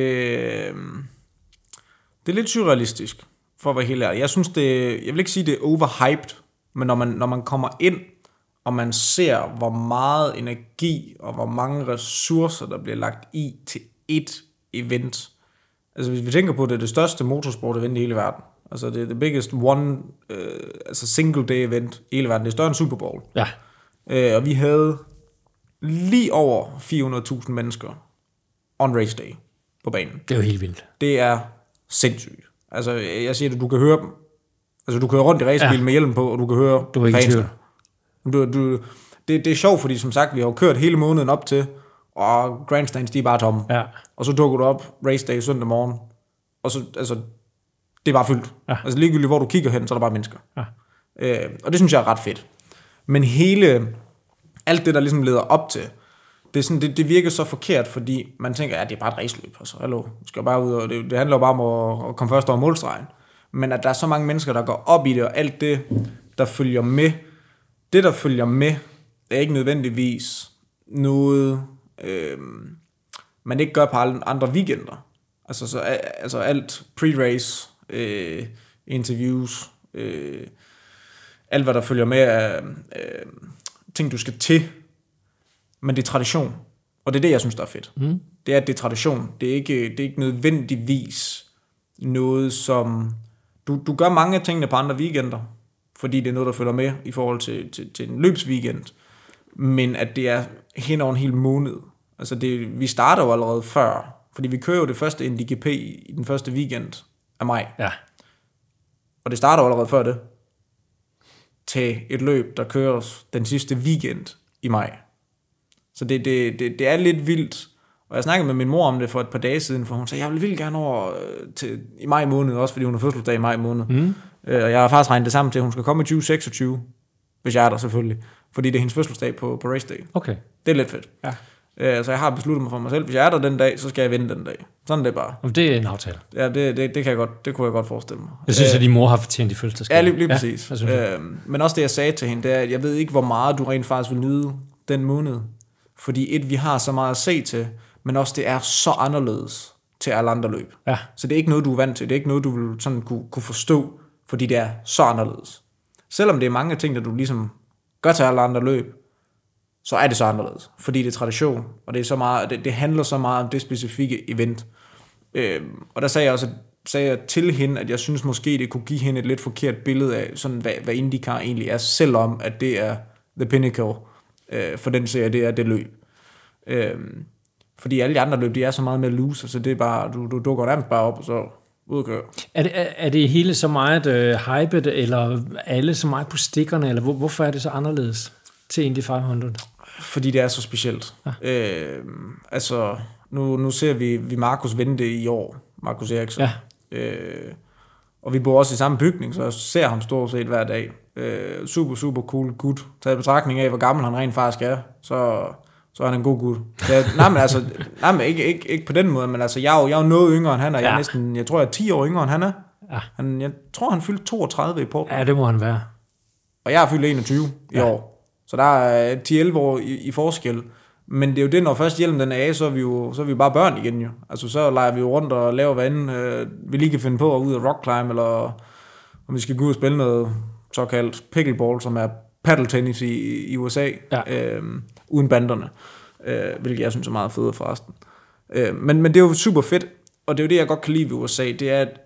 [SPEAKER 2] det er lidt surrealistisk, for at være helt ærlig. Jeg synes, det, jeg vil ikke sige, det er overhyped, men når man, når man kommer ind, og man ser, hvor meget energi og hvor mange ressourcer, der bliver lagt i til ét event. Altså hvis vi tænker på, det er det største motorsport-event i hele verden. Altså det er the biggest one, uh, altså single day event i hele verden. Det er større end Super Bowl.
[SPEAKER 1] Ja.
[SPEAKER 2] Uh, og vi havde lige over fire hundrede tusind mennesker on race day på banen.
[SPEAKER 1] Det er jo helt vildt.
[SPEAKER 2] Det er sindssygt. Altså jeg siger det, du kan høre dem. Altså du kører rundt i racerbilen ja. med hjelm på, og du kan høre
[SPEAKER 1] du er ikke tvivl.
[SPEAKER 2] Du, du, det, det er sjovt, fordi som sagt, vi har jo kørt hele måneden op til, og grandstands, de er bare tomme.
[SPEAKER 1] Ja.
[SPEAKER 2] Og så dukker du op, race day søndag morgen, og så, altså, det er bare fyldt.
[SPEAKER 1] Ja.
[SPEAKER 2] Altså ligegyldigt, hvor du kigger hen, så er der bare mennesker.
[SPEAKER 1] Ja.
[SPEAKER 2] Øh, og det synes jeg er ret fedt. Men hele, alt det, der ligesom leder op til, det, er sådan, det, det virker så forkert, fordi man tænker, ja, det er bare et raceløb. Altså, hallo, du skal bare ud, og det, det handler jo bare om at, at komme først over målstregen. Men at der er så mange mennesker, der går op i det, og alt det, der følger med, det, der følger med, er ikke nødvendigvis noget, øh, man ikke gør på andre weekender. Altså, så, altså alt pre-race, øh, interviews, øh, alt hvad der følger med af øh, ting, du skal til. Men det er tradition. Og det er det, jeg synes, der er fedt. Mm. Det er, at det er tradition. Det er ikke, det er ikke nødvendigvis noget, som... Du, du gør mange af tingene på andre weekender, fordi det er noget, der følger med i forhold til, til, til en løbsweekend, men at det er hen over en hel måned. Altså det, vi starter jo allerede før, fordi vi kører jo det første Indy G P i den første weekend af maj.
[SPEAKER 1] Ja.
[SPEAKER 2] Og det starter jo allerede før det, til et løb, der køres den sidste weekend i maj. Så det, det, det, det er lidt vildt. Og jeg snakkede med min mor om det for et par dage siden, for hun sagde, jeg vil vildt gerne over til, i maj måned, også fordi hun har fødselsdag i maj måned. Mm. Og jeg har faktisk regnet det sammen til, at hun skal komme i tyve seksogtyve, hvis jeg er der selvfølgelig. Fordi det er hendes fødselsdag på, på race day.
[SPEAKER 1] Okay.
[SPEAKER 2] Det er lidt fedt.
[SPEAKER 1] Ja.
[SPEAKER 2] Så jeg har besluttet mig for mig selv, hvis jeg er der den dag, så skal jeg vinde den dag. Sådan det er bare.
[SPEAKER 1] Og det er en aftale.
[SPEAKER 2] Ja, det, det, det, kan jeg godt, det kunne jeg godt forestille mig.
[SPEAKER 1] Jeg synes, øh, at din mor har fortjent de fødselsdagsgave.
[SPEAKER 2] Ja, lige, lige præcis.
[SPEAKER 1] Ja,
[SPEAKER 2] øh, men også det, jeg sagde til hende, det er, at jeg ved ikke, hvor meget du rent faktisk vil nyde den måned. Fordi et, vi har så meget at se til, men også det er så anderledes til alle andre løb.
[SPEAKER 1] Ja.
[SPEAKER 2] Så det er ikke noget, du er vant til. Det er ikke noget, du vil sådan kunne, kunne forstå, fordi det er så anderledes. Selvom det er mange ting, der du ligesom gør til alle andre løb, så er det så anderledes. Fordi det er tradition, og det, er så meget, det, det handler så meget om det specifikke event. Øhm, og der sagde jeg også sagde jeg til hende, at jeg synes måske, det kunne give hende et lidt forkert billede af, sådan, hvad, hvad IndyCar egentlig er, selvom at det er the pinnacle øh, for den serie, det er det løb. Øhm, fordi alle de andre løb, de er så meget mere loose, så det er bare, du, du dukker nærmest bare op, og så ud og køre. Er
[SPEAKER 1] det, er, er det hele så meget øh, hypet, eller alle så meget på stikkerne, eller hvor, hvorfor er det så anderledes til Indy fem hundrede?
[SPEAKER 2] Fordi det er så specielt. Ja. Øh, altså, nu, nu ser vi, vi Markus vinde det i år, Markus Eriksson. Ja. Øh, og vi bor også i samme bygning, så jeg ser ham stort set hver dag. Øh, super, super cool gut. Taget i betragtning af, hvor gammel han rent faktisk er, så... så er han en god gut. Ja, nej, men altså, nej, men ikke, ikke, ikke på den måde, men altså, jeg er jo, jeg er jo noget yngre end han er. Jeg er ja. næsten, jeg tror, jeg er ti år yngre end han er. Ja. Han, jeg tror, han fyldte toogtredive i Portland.
[SPEAKER 1] Ja, det må han være.
[SPEAKER 2] Og jeg er fyldt enogtyve ja. i år. Så der er ti elleve år i, i forskel. Men det er jo det, når først hjelmen den er af, så er vi jo, så er vi jo bare børn igen jo. Altså, så leger vi jo rundt og laver, hvad end øh, vi lige kan finde på, at ud af rock climb, eller om vi skal gå ud og spille noget såkaldt pickleball, som er paddle tennis i, i U S A, ja. øh, uden banderne. Øh, hvilket jeg synes er meget fedt forresten. Øh, men, men det er jo super fedt, og det er jo det, jeg godt kan lide ved U S A, det er, at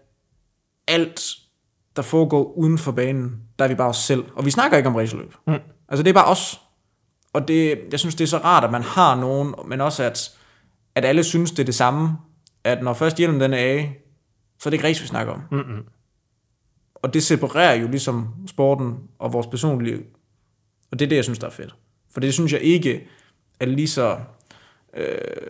[SPEAKER 2] alt, der foregår uden for banen, der er vi bare os selv. Og vi snakker ikke om raceløb. Mm. Altså, det er bare os. Og det, jeg synes, det er så rart, at man har nogen, men også, at, at alle synes, det er det samme. At når først hjelmen den er af, så er det ikke race, vi snakker om. Mm-mm. Og det separerer jo ligesom sporten og vores personlige. Og det er det, jeg synes, der er fedt. For det synes jeg ikke er lige så, øh,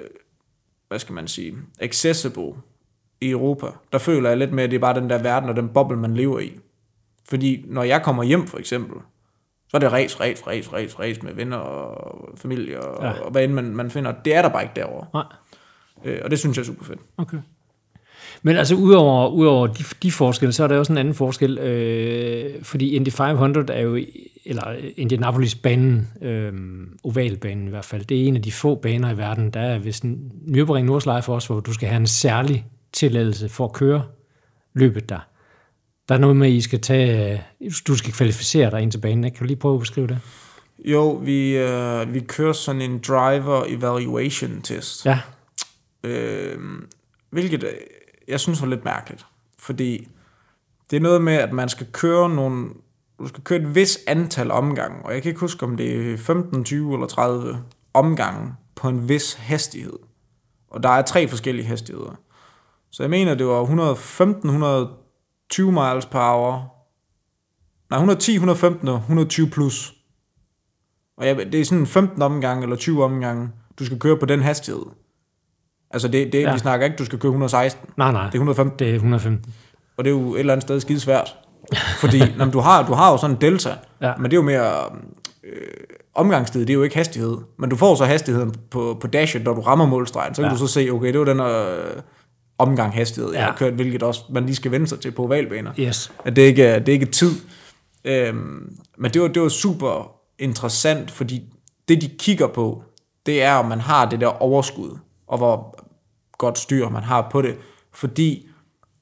[SPEAKER 2] hvad skal man sige, accessible i Europa. Der føler jeg lidt med, at det er bare den der verden og den boble, man lever i. Fordi når jeg kommer hjem for eksempel, så er det race, race, race, race, race med venner og familie og, ja. og hvad end man, man finder. Det er der bare ikke derovre. Nej. Øh, og det synes jeg er super fedt.
[SPEAKER 1] Okay. Men altså, udover, udover de, de forskelle, så er der også en anden forskel, øh, fordi Indy fem hundrede er jo, eller Indianapolis-banen, øh, ovalbanen i hvert fald, det er en af de få baner i verden, der er vist en Nürburgring Nordschleife også, hvor du skal have en særlig tilladelse for at køre løbet der. Der er noget med, at I skal tage, du skal kvalificere dig ind til banen, ikke? Kan du lige prøve at beskrive det?
[SPEAKER 2] Jo, vi, øh, vi kører sådan en driver evaluation test.
[SPEAKER 1] Ja.
[SPEAKER 2] Øh, hvilket jeg synes var lidt mærkeligt, fordi det er noget med, at man skal køre nogle, du skal køre et vis antal omgange, og jeg kan ikke huske, om det er femten, tyve eller tredive omgange på en vis hastighed. Og der er tre forskellige hastigheder. Så jeg mener, det var et hundrede og femten, et hundrede og tyve miles per hour. Nej, et hundrede og ti, et hundrede og femten og et hundrede og tyve plus. Og jeg, det er sådan femten omgange eller tyve omgange, du skal køre på den hastighed. Altså, det, det, ja. Vi snakker ikke, du skal køre et hundrede og seksten.
[SPEAKER 1] Nej, nej.
[SPEAKER 2] Det er et hundrede og femten.
[SPEAKER 1] Det er et hundrede og femten.
[SPEAKER 2] Og det er jo et eller andet sted skide svært. Fordi når du, har, du har jo sådan en delta, ja. Men det er jo mere øh, omgangstid, det er jo ikke hastighed. Men du får så hastigheden på, på dashet, når du rammer målstregen. Så kan ja. Du så se, okay, det var den øh, omgang hastighed, ja. Jeg har kørt, hvilket også man lige skal vende sig til på ovalbaner.
[SPEAKER 1] Yes.
[SPEAKER 2] At det ikke er, det er ikke tid. Øhm, men det var, det var super interessant, fordi det de kigger på, det er, om man har det der overskud, og hvor godt styr man har på det. Fordi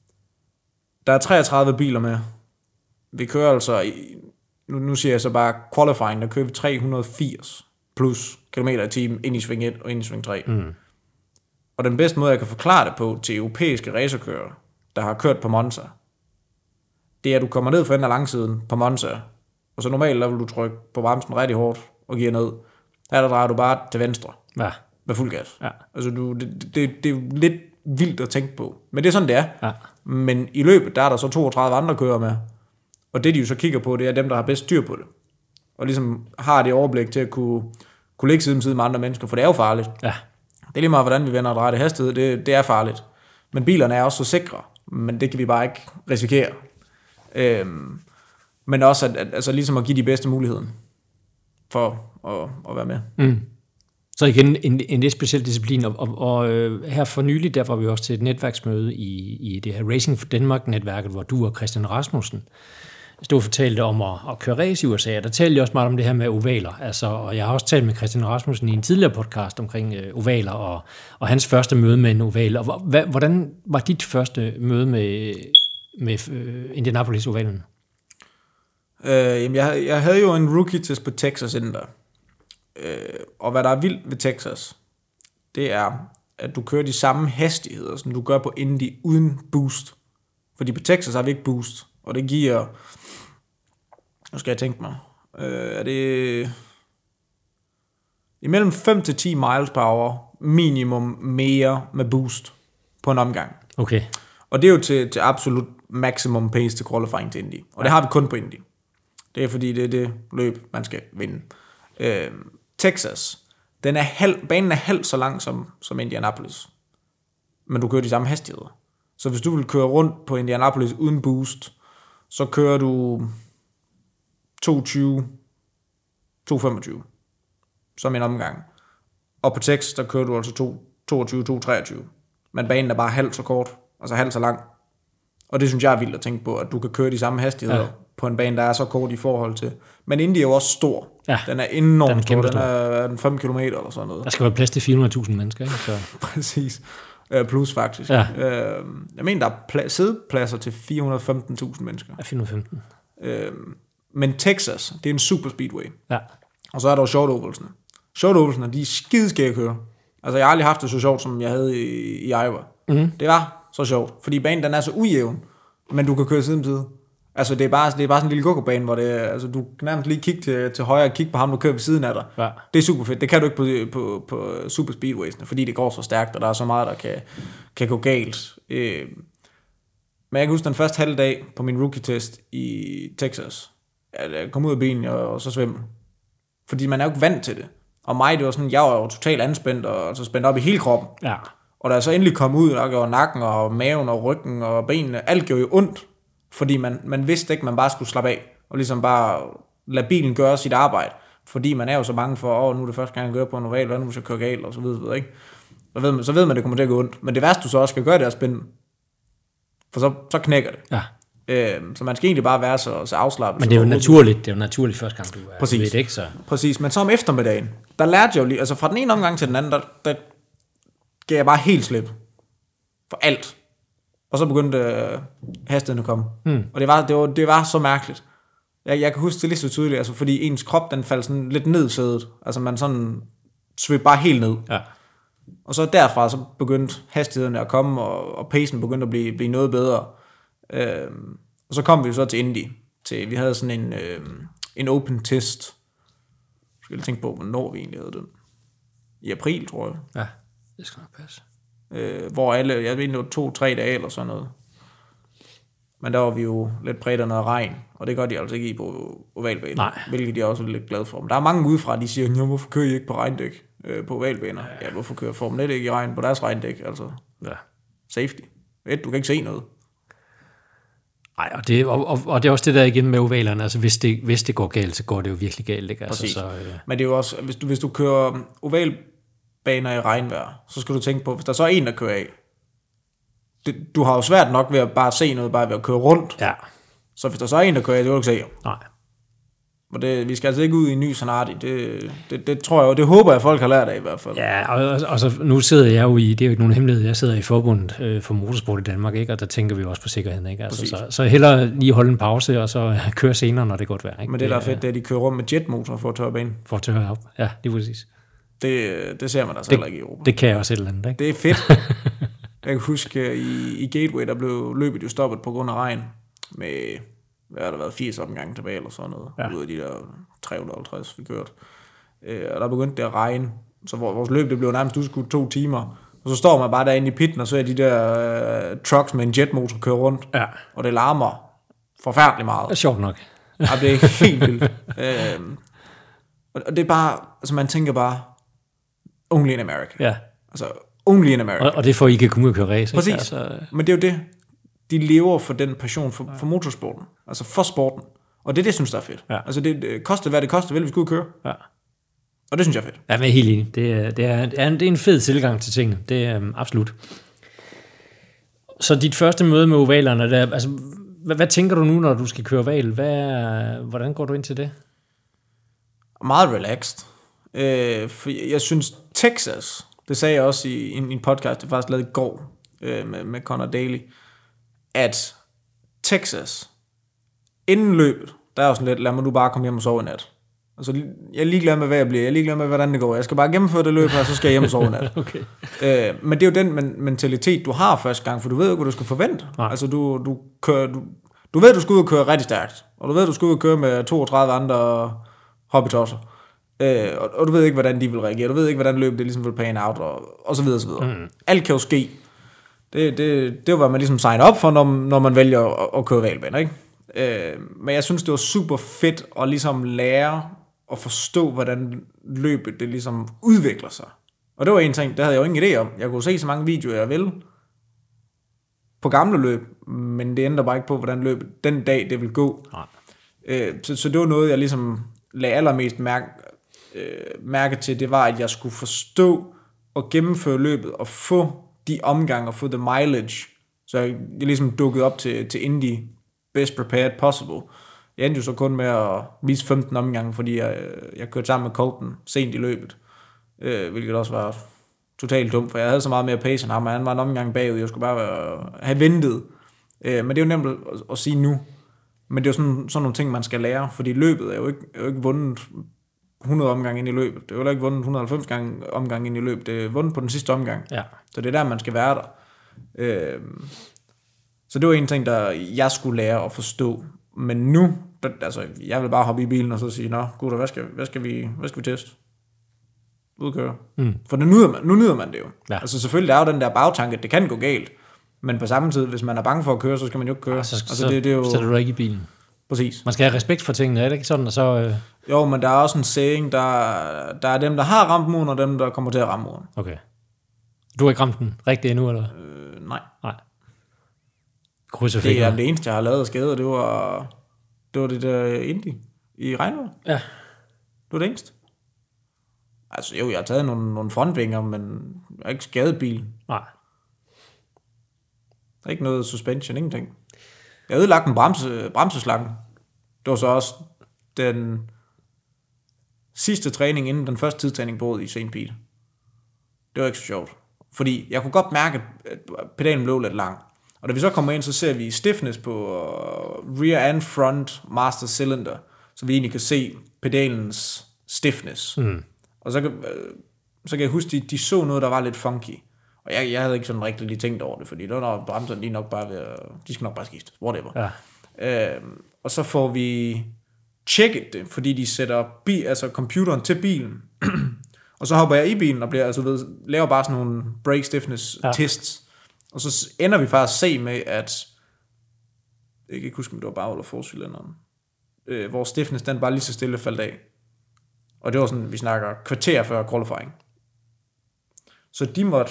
[SPEAKER 2] der er treogtredive biler med. Vi kører altså, i, nu, nu siger jeg så bare qualifying, der kører vi tre hundrede og firs plus kilometer i timen ind i sving et og ind i sving tre. Mm. Og den bedste måde, jeg kan forklare det på til europæiske racerkørere, der har kørt på Monza, det er, at du kommer ned for enden af langsiden på Monza, og så normalt der vil du trykke på bremsen rigtig hårdt og giver ned. Her der drejer du bare til venstre.
[SPEAKER 1] Ja.
[SPEAKER 2] Med fuld gas.
[SPEAKER 1] Ja.
[SPEAKER 2] Altså, du, det, det, det er jo lidt vildt at tænke på. Men det er sådan, det er.
[SPEAKER 1] Ja.
[SPEAKER 2] Men i løbet, der er der så toogtredive andre kører med. Og det, de jo så kigger på, det er dem, der har bedst styr på det. Og ligesom har det overblik til at kunne, kunne ligge side om side med andre mennesker, for det er jo farligt.
[SPEAKER 1] Ja.
[SPEAKER 2] Det er lige meget, hvordan vi vender og drejer det hastighed. Det, det er farligt. Men bilerne er også så sikre. Men det kan vi bare ikke risikere. Øhm, men også at, at, altså ligesom at give de bedste muligheder for at, at være med.
[SPEAKER 1] Mm. Så igen en, en lidt speciel disciplin, og, og, og øh, her for nylig, der var vi også til et netværksmøde i, i det her Racing for Denmark-netværket, hvor du og Christian Rasmussen stod og fortalte om at, at køre race i U S A, og der talte jeg også meget om det her med ovaler, altså, og jeg har også talt med Christian Rasmussen i en tidligere podcast omkring øh, ovaler, og, og hans første møde med en oval, og hva, hvordan var dit første møde med, med øh, Indianapolis-ovalen?
[SPEAKER 2] Øh, jeg, jeg havde jo en rookie-test på Texas inden der. Øh, og hvad der er vildt ved Texas, det er, at du kører de samme hastigheder, som du gør på Indy uden boost. Fordi på Texas har vi ikke boost, og det giver, nu skal jeg tænke mig, øh, er det imellem fem til ti miles per hour minimum mere med boost på en omgang.
[SPEAKER 1] Okay.
[SPEAKER 2] Og det er jo til, til absolut maximum pace til qualifying til Indy. Og det har vi kun på Indy. Det er fordi, det er det løb, man skal vinde. Øh, Texas, den er halv, banen er halvt så lang som, som Indianapolis. Men du kører de samme hastigheder. Så hvis du vil køre rundt på Indianapolis uden boost, så kører du to tyve, to femogtyve som en omgang. Og på Texas, der kører du altså to toogtyve, to treogtyve. Men banen er bare halvt så kort, altså halvt så lang. Og det synes jeg er vildt at tænke på, at du kan køre de samme hastigheder ja. På en bane, der er så kort i forhold til. Men Indy er jo også stor. Ja. Den er enormt den er stor. Den er fem kilometer eller sådan noget. Der
[SPEAKER 1] skal være plads til fire hundrede tusind mennesker, ikke? Så.
[SPEAKER 2] Præcis. Plus faktisk. Ja. Jeg mener, der er pla- sædepladser til fire hundrede og femten tusind mennesker.
[SPEAKER 1] Ja, fire hundrede og femten.
[SPEAKER 2] Men Texas, det er en super speedway.
[SPEAKER 1] Ja.
[SPEAKER 2] Og så er der jo short ovalsene. Short ovalsene, de er skideskære at køre. Altså, jeg har aldrig haft det så sjovt, som jeg havde i, i Iowa. Mm-hmm. Det var så sjovt, fordi banen den er så ujævn, men du kan køre side om side. Altså, det er bare, det er bare sådan en lille go-go-bane, hvor det, altså, du kan nærmest lige kigge til, til højre og kigge på ham, du kører ved siden af dig. Ja. Det er super fedt. Det kan du ikke på, på, på super speedwaysene, fordi det går så stærkt, og der er så meget, der kan, kan gå galt. Øh, men jeg kan huske den første halve dag på min rookie-test i Texas. Jeg kom ud af bilen og, og så svømme. Fordi man er jo ikke vant til det. Og mig, det var sådan, jeg var jo totalt anspændt, og altså spændt op i hele kroppen. Ja. Og da jeg så endelig kom ud, og gjorde nakken og maven og ryggen og benene, alt gjorde jo ondt. Fordi man, man vidste ikke, man bare skulle slappe af, og ligesom bare lade bilen gøre sit arbejde. Fordi man er jo så bange for, åh, nu er det første gang, jeg gør på en oval, hvad nu hvis jeg kører galt, og så videre, ikke? Så ved, man, så ved man, det kommer til at gå ondt. Men det værste, du så også skal gøre, det er at spænde For så, så knækker det.
[SPEAKER 1] Ja.
[SPEAKER 2] Øh, så man skal egentlig bare være så, så afslappet.
[SPEAKER 1] Men det er jo naturligt, det er jo naturligt første gang, du er
[SPEAKER 2] Præcis.
[SPEAKER 1] ved det, ikke så?
[SPEAKER 2] Præcis, men så om eftermiddagen, der lærte jeg jo lige, altså fra den ene omgang til den anden, der, der gav jeg bare helt slip. For alt. Og så begyndte øh, hastigheden at komme. Hmm. Og det var, det, var, det var så mærkeligt. Jeg, jeg kan huske det lige så tydeligt, altså fordi ens krop, den faldt sådan lidt ned i sædet. Altså man sådan svøb bare helt ned.
[SPEAKER 1] Ja.
[SPEAKER 2] Og så derfra, så begyndte hastigheden at komme, og, og pacen begyndte at blive, blive noget bedre. Øh, og så kom vi så til Indy. Til, vi havde sådan en, øh, en open test. Jeg skal lige tænke på, hvornår vi egentlig havde den. I april, tror jeg.
[SPEAKER 1] Ja, det skal nok passe.
[SPEAKER 2] Øh, hvor alle, jeg ved ikke, to-tre dage eller sådan noget. Men der var vi jo lidt præget af noget regn, og det gør de altså ikke i på ovalbanen, hvilket de også er lidt glade for. Men der er mange udefra, de siger, hvorfor kører I ikke på regndæk øh, på ovalbaner? Ja, ja, hvorfor kører Formel et ikke i regn på deres regndæk? Altså,
[SPEAKER 1] ja.
[SPEAKER 2] Safety. Et, du kan ikke se noget.
[SPEAKER 1] Nej, og det, og, og, og det er også det der igen med ovalerne, altså hvis det, hvis det går galt, så går det jo virkelig galt, ikke? Altså, så, øh...
[SPEAKER 2] Men det er jo også, hvis du, hvis du kører ovalbaner i regnvejr, så skal du tænke på, hvis der så er en, der kører af, det, du har jo svært nok ved at bare se noget, bare ved at køre rundt.
[SPEAKER 1] Ja.
[SPEAKER 2] Så hvis der så er en, der kører af, det vil du ikke se.
[SPEAKER 1] Nej.
[SPEAKER 2] Og det, vi skal altså ikke ud i en ny Zanardi. Det, det, det tror jeg, og det håber jeg, folk har lært af i hvert fald.
[SPEAKER 1] Ja, og, og så nu sidder jeg jo i, det er jo ikke nogen hemmelighed, jeg sidder i forbundet øh, for motorsport i Danmark, ikke? Og der tænker vi jo også på sikkerheden, ikke? Altså, så, så hellere lige holde en pause, og så køre senere, når det godt vejr, ikke?
[SPEAKER 2] Men det, der er fedt, det er, at de kører rundt med jetmotor for at tørre banen.
[SPEAKER 1] For at tørre op, ja, det er præcis.
[SPEAKER 2] Det, det ser man altså heller ikke i Europa.
[SPEAKER 1] Det kan jeg også et eller andet, ikke?
[SPEAKER 2] Det er fedt. Jeg kan huske, i, i Gateway, der blev løbet jo stoppet på grund af regn, med, hvad har der været, firs omgange tilbage, eller sådan noget, ja. Ud af de der tre hundrede og halvtreds, vi kørte. Øh, og der begyndte det at regne, så vores løb, det blev nærmest udskudt to timer, og så står man bare derinde i pitten, og så er de der uh, trucks med en jetmotor kører rundt,
[SPEAKER 1] ja.
[SPEAKER 2] Og det larmer forfærdeligt meget.
[SPEAKER 1] Det er sjovt nok.
[SPEAKER 2] Ja, det er helt vildt. øh, og det er bare, altså man tænker bare, only in America.
[SPEAKER 1] Ja.
[SPEAKER 2] Altså, only in America.
[SPEAKER 1] Og, og det får I ikke komme ud og køre race.
[SPEAKER 2] Præcis,
[SPEAKER 1] altså...
[SPEAKER 2] men det er jo det. De lever for den passion for, for motorsporten. Altså for sporten. Og det er det, jeg synes, der er fedt. Ja. Altså det, det koster, hvad det koster, vel, vi skal ud og køre. Ja. Og det synes jeg er fedt.
[SPEAKER 1] Ja, men jeg er helt enig. Det er, det, er, det, er en, det er en fed tilgang til tingene. Det er um, absolut. Så dit første møde med ovalerne, der, altså, hvad, hvad tænker du nu, når du skal køre oval? Hvad, hvordan går du ind til det?
[SPEAKER 2] Meget relaxed. Øh, for jeg synes, Texas, det sagde jeg også i, i en podcast, det faktisk lavede i går øh, med, med Connor Daly, at Texas, inden løbet, der er jo sådan lidt, lad mig nu bare komme hjem og sove i nat. Altså, jeg er ligeglad med, hvad jeg bliver. Jeg er ligeglad med, hvordan det går. Jeg skal bare gennemføre det løb her, så skal jeg hjem og sove i nat. Okay. Øh, men det er jo den mentalitet, du har første gang, for du ved jo ikke, hvad du skal forvente. Nej. Altså, du, du, kører, du, du ved, du skal ud og køre rigtig stærkt, og du ved, du skal ud og køre med toogtredive andre hobbitosser. Øh, og, og du ved ikke, hvordan de vil reagere. Du ved ikke, hvordan løbet det ligesom vil pan out, og, og så videre, så videre. Mm. Alt kan jo ske. Det, det, det er jo, hvad man ligesom signer op for, når, når man vælger at, at køre valgbaner, ikke? Øh, men jeg synes, det var super fedt at ligesom lære at forstå, hvordan løbet det ligesom udvikler sig. Og det var en ting, det havde jeg jo ingen idé om. Jeg kunne se så mange videoer, jeg ville på gamle løb, men det ændrer bare ikke på, hvordan løbet den dag, det vil gå. Øh, så, så det var noget, jeg ligesom lagde allermest mærke, øh, mærke til, det var, at jeg skulle forstå og gennemføre løbet og få de omgange og få the mileage, så jeg, jeg ligesom dukkede op til, til Indy best prepared possible. Jeg endte jo så kun med at vise femten omgange, fordi jeg, jeg kørte sammen med Colton sent i løbet, øh, hvilket også var totalt dumt, for jeg havde så meget mere pace end ham, og han var en omgang bagud, jeg skulle bare være, have ventet. Øh, men det er jo nemt at, at sige nu, men det er jo sådan, sådan nogle ting, man skal lære, fordi løbet er jo ikke, er jo ikke vundet hundrede omgange ind i løbet. Det er jo ikke vundet et hundrede og halvfems gange omgang ind i løbet. Det er vundet på den sidste omgang. Ja. Så det er der, man skal være der. Øh, så det var en ting, der jeg skulle lære at forstå. Men nu, der, altså, jeg vil bare hoppe i bilen og så sige, nå, gutter, hvad skal, hvad skal, vi, hvad skal vi teste? Udkøre. Mm. For det nyder man, nu nyder man det jo. Ja. Altså selvfølgelig er jo den der bagtanke, det kan gå galt. Men på samme tid, hvis man er bange for at køre, så skal man jo ikke køre.
[SPEAKER 1] Altså,
[SPEAKER 2] altså,
[SPEAKER 1] så,
[SPEAKER 2] det, det er jo...
[SPEAKER 1] så sætter du ikke i bilen.
[SPEAKER 2] Præcis.
[SPEAKER 1] Man skal have respekt for tingene, er det ikke sådan? Og så, øh...
[SPEAKER 2] Jo, men der er også en saying, der, der er dem, der har ramt muren, og dem, der kommer til at ramme muren.
[SPEAKER 1] Okay. Du har ikke ramt den rigtigt endnu, eller?
[SPEAKER 2] Øh, nej.
[SPEAKER 1] Nej. Krydser
[SPEAKER 2] det er det eneste, jeg har lavet af skader, det var det, var det der Indy i regnvejr.
[SPEAKER 1] Ja.
[SPEAKER 2] Det var det eneste. Altså jo, jeg har taget nogle, nogle frontvinger, men jeg har ikke skadet bilen.
[SPEAKER 1] Nej.
[SPEAKER 2] er ikke noget suspension, ingenting. Jeg har ødelagt en bremse, bremseslange. Det var så også den sidste træning, inden den første tidstræning på i Saint Pete. Det var ikke så sjovt. Fordi jeg kunne godt mærke, at pedalen blev lidt lang. Og da vi så kommer ind, så ser vi stiffness på rear and front master cylinder, så vi egentlig kan se pedalens stiffness. Mm. Og så kan, så kan jeg huske, de, de så noget, der var lidt funky. Og jeg, jeg havde ikke sådan rigtig lige tænkt over det, fordi det var når bremserne, de, nok bare ved, de skal nok bare skifte, whatever. Ja. Øhm, og så får vi tjekket det, fordi de sætter bi, altså computeren til bilen. Og så hopper jeg i bilen og bliver, altså, ved, laver bare sådan nogle brake stiffness ja. tests. Og så ender vi faktisk se med, at jeg kan ikke huske, om det var bag- eller forcylinderen, øh, hvor stiffness, den bare lige så stille faldt af. Og det var sådan, vi snakker kvarter før qualifying. Så de måtte,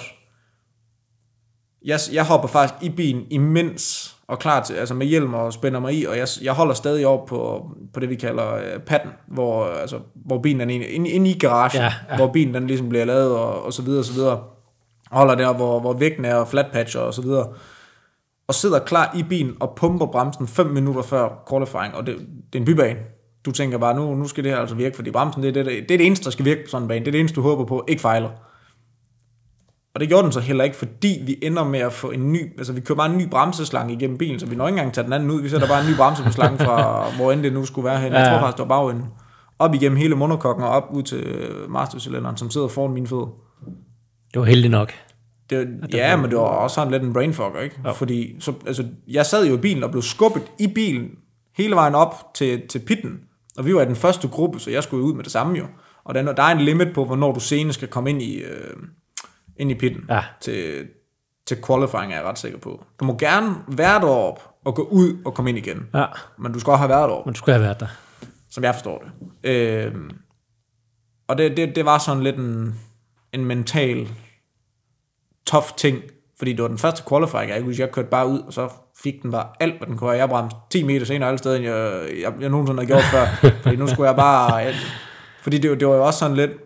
[SPEAKER 2] jeg, jeg hopper faktisk i bilen imens, og klar til, altså med hjelm og spænder mig i, og jeg, jeg holder stadig op på, på det, vi kalder uh, padden, hvor, altså, hvor bilen er inde, inde, inde i garagen, ja, ja. Hvor bilen den ligesom bliver lavet, og, og så videre, og så videre. Holder der, hvor, hvor vægten er, og flatpatcher, og så videre. Og sidder klar i bilen, og pumper bremsen fem minutter før qualifying, og det, det er en bybane. Du tænker bare, nu, nu skal det her altså virke, fordi bremsen, det er det, det, det er det eneste, der skal virke på sådan en bane. Det er det eneste, du håber på, ikke fejler. Og det gjorde den så heller ikke, fordi vi ender med at få en ny, altså vi kører bare en ny bremseslange igennem bilen, så vi når ikke engang tage den anden ud. Vi sætter bare en ny bremse på slangen fra, hvor end det nu skulle være hen. Jeg tror faktisk, det var bagenden. Op igennem hele monokokken og op ud til mastercylinderen, som sidder foran mine fødder.
[SPEAKER 3] Det var heldigt nok.
[SPEAKER 2] Det, ja, men det var også sådan lidt en brainfucker, ikke? Ja. Fordi så, altså, jeg sad jo i bilen og blev skubbet i bilen hele vejen op til, til pitten. Og vi var i den første gruppe, så jeg skulle ud med det samme jo. Og der, der er en limit på, hvornår du senere skal komme ind i, øh, ind i pitten. Ja. Til, til qualifying er jeg ret sikker på. Du må gerne være deroppe og gå ud og komme ind igen. Ja. Men du skal også have været deroppe.
[SPEAKER 3] Men du skal have været der.
[SPEAKER 2] Som jeg forstår det. Øh, og det, det, det var sådan lidt en, en mental tough ting. Fordi det var den første qualifying, jeg, jeg kørte bare ud, og så fik den bare alt, hvad den kunne. Jeg bremte ti meter senere alle steder, end jeg, jeg, jeg nogensinde havde gjort før. Fordi nu skulle jeg bare... Jeg, fordi det, det var jo også sådan lidt